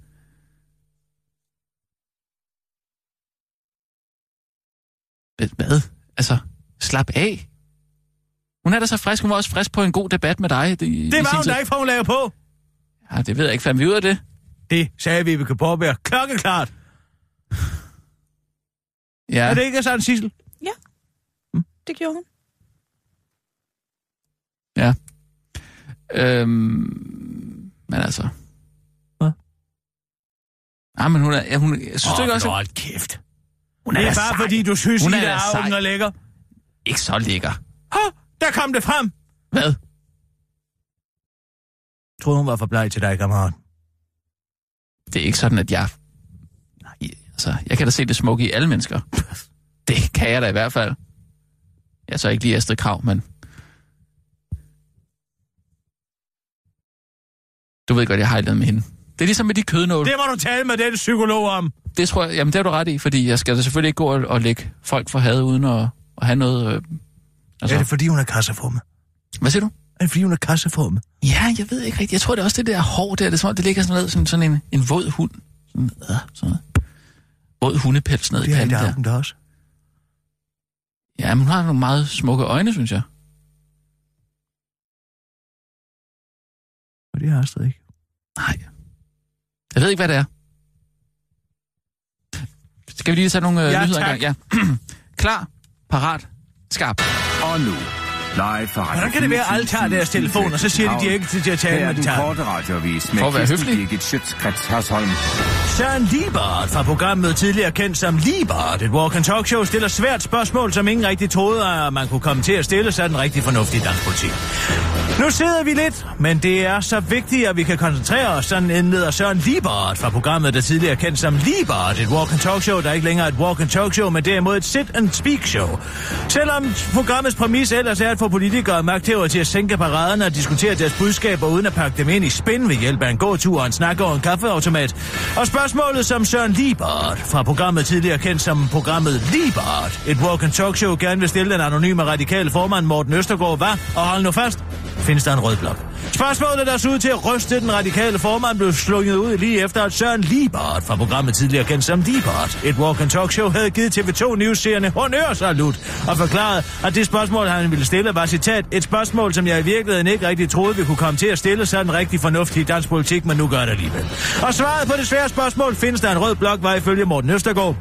Speaker 2: Hvad? Altså, slap af. Hun er da så frisk. Hun var også frisk på en god debat med dig.
Speaker 5: Det, det var hun da ikke, for hun lavede på.
Speaker 2: Ja, det ved jeg ikke. Fandt vi ud af det?
Speaker 5: Det sagde vi, vi kan påbære. Klokkeklart.
Speaker 2: Ja.
Speaker 5: Er det ikke sådan, Sissel?
Speaker 4: Ja, hm? det gjorde hun.
Speaker 2: Ja. Øhm, men altså...
Speaker 5: Hvad?
Speaker 2: Ja, men hun er... Ja, hun, jeg synes
Speaker 5: oh,
Speaker 2: ikke også...
Speaker 5: Åh, kæft.
Speaker 2: Hun
Speaker 5: er
Speaker 2: det er
Speaker 5: bare
Speaker 2: sej.
Speaker 5: fordi, du synes,
Speaker 2: hun
Speaker 5: at
Speaker 2: er,
Speaker 5: er arven og lækker.
Speaker 2: Ikke så lækker.
Speaker 5: Ha, der kom det frem.
Speaker 2: Hvad?
Speaker 5: Jeg troede, hun var for bleg til dig, kammerat.
Speaker 2: Det er ikke sådan, at jeg... Nej, altså, jeg kan da se det smukke i alle mennesker. Det kan jeg da i hvert fald. Jeg er så ikke lige Astrid Krag, men... Du ved godt, jeg har et med hende. Det er ligesom med de kødnåle.
Speaker 5: Det må du tale med den psykolog om.
Speaker 2: Det tror jeg, jamen det er du ret i, fordi jeg skal da selvfølgelig ikke gå og, og lægge folk for had uden at, at have noget... Øh,
Speaker 5: altså. Er det fordi, hun er kasseformet?
Speaker 2: Hvad siger du?
Speaker 5: Er det fordi, hun er kasseformet?
Speaker 2: Ja, jeg ved ikke rigtigt. Jeg tror, det er også det der hår der. Det er som om, det ligger sådan noget, sådan, sådan en, en våd hund. Sådan, øh, sådan noget. Våd hundepels ned i panden der.
Speaker 5: Det er der også.
Speaker 2: Ja, men hun har nogle meget smukke øjne, synes jeg.
Speaker 5: Og det har Astrid ikke.
Speaker 2: Nej. Jeg ved ikke, hvad det er. Skal vi lige tage nogle øh,
Speaker 5: ja,
Speaker 2: nyheder engang? Ja, klar, parat, skarp.
Speaker 7: Og nu, live fra
Speaker 5: Hvordan kan det være, at alle tager deres telefon, og så siger de, de ikke til at tale med de tager?
Speaker 7: Her er den korte radioavis med
Speaker 2: Kirsten
Speaker 7: Birgit Schøtzgrads Hasholm.
Speaker 5: Søren Liebert fra programmet tidligere kendt som Liebert, et walk and talk show, stiller svært spørgsmål, som ingen rigtig troede, at man kunne komme til at stille, så er den rigtig fornuftige dansk politik. Nu sidder vi lidt, men det er så vigtigt, at vi kan koncentrere os, sådan indleder Søren Liebert fra programmet, der tidligere kendt som Liebert, et walk and talk show, der er ikke længere et walk and talk show, men derimod et sit and speak show. Selvom programmets præmis ellers er at få politikere og magthavere til at sænke paraderne og diskutere deres budskaber uden at pakke dem ind i spin ved hjælp af en gåtur og en snak over en kaffeautomat. Og spørgsmålet, som Søren Liebert fra programmet tidligere kendt som programmet Liebert, et walk and talk show, gerne vil stille den anonyme radikale formand Morten Østergaard, var, og hold nu fast, findes der en rød blok. Spørgsmålet, der så ud til at ryste den radikale formand, blev slunget ud lige efter, at Søren Liebert fra programmet tidligere kendt som Liebert, et walk and talk show, havde givet T V to News-seerne honørsalut og forklaret, at det spørgsmål, han ville stille, var citat, et spørgsmål, som jeg i virkeligheden ikke rigtig troede, vi kunne komme til at stille, så en rigtig fornuftig dansk politik, men nu gør det alligevel. Og svaret på det svære spørgsmål, findes der en rød blok, var ifølge Morten Østergaard.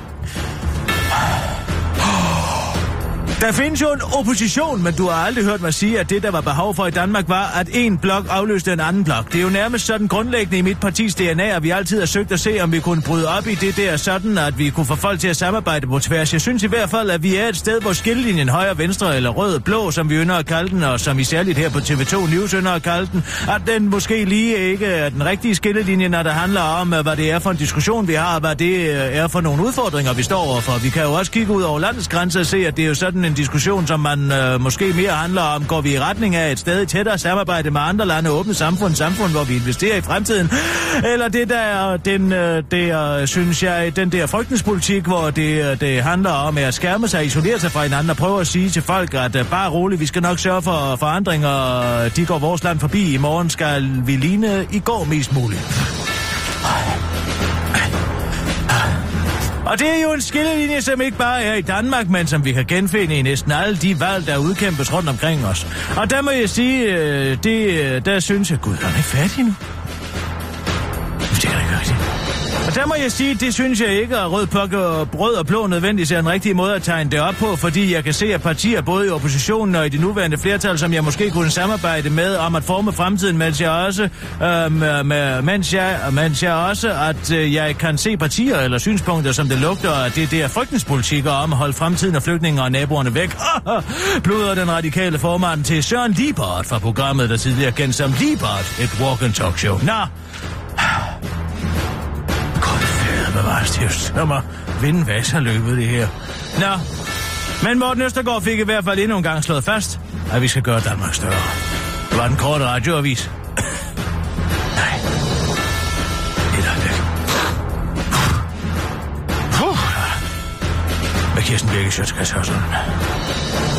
Speaker 5: Der findes jo en opposition, men du har aldrig hørt mig sige, at det, der var behov for i Danmark, var, at en blok afløste en anden blok. Det er jo nærmest sådan grundlæggende i mit partis D N A, at vi altid har søgt at se, om vi kunne bryde op i det der sådan, at vi kunne få folk til at samarbejde på tværs. Jeg synes i hvert fald, at vi er et sted, hvor skillelinjen højre, venstre eller rød, blå, som vi ynder at kalde den, og som I særligt her på T V to News ynder at kalde den, at den måske lige ikke er den rigtige skillelinje, når det handler om, hvad det er for en diskussion, vi har, og hvad det er for nogle udfordringer, vi står overfor. Vi kan jo også kigge ud over landets grænser og se, at det er jo sådan en diskussion, som man øh, måske mere handler om, går vi i retning af et stadig tættere samarbejde med andre lande, åbne samfund, samfund, hvor vi investerer i fremtiden, eller det der, den øh, der, synes jeg, den der frygtenspolitik, hvor det, det handler om at skærme sig, isolere sig fra hinanden og prøve at sige til folk, at øh, bare roligt, vi skal nok sørge for forandringer, de går vores land forbi, i morgen skal vi ligne i går mest muligt. Og det er jo en skillelinje, som ikke bare er i Danmark, men som vi kan genfinde i næsten alle de valg, der udkæmpes rundt omkring os. Og der må jeg sige, øh, det, der synes jeg, gud, han er ikke færdig nu. Det er ikke rigtigt. Og der må jeg sige, det synes jeg ikke, at rød, pokke og rød og blå nødvendigvis er en rigtig måde at tegne det op på, fordi jeg kan se, at partier både i oppositionen og i det nuværende flertal, som jeg måske kunne samarbejde med om at forme fremtiden, mens jeg også, øh, med, mens jeg, mens jeg også, at øh, jeg kan se partier eller synspunkter, som det lugter, at det, det er frygtningspolitikker om at holde fremtiden og flygtninge og naboerne væk. Bløder den radikale formand til Søren Liebert fra programmet, der tidligere kendt som Liebert, et walk-and-talk show. Nå! Bevares til just som at vinde vasserløbet, det her. Nå, men Morten Østergaard fik i hvert fald endnu en gang slået fast, at vi skal gøre Danmark større. Det var den korte radioavis. Nej. Et øjeblik. Med Kirsten Birgit Schøtz-Krets Hørsholm.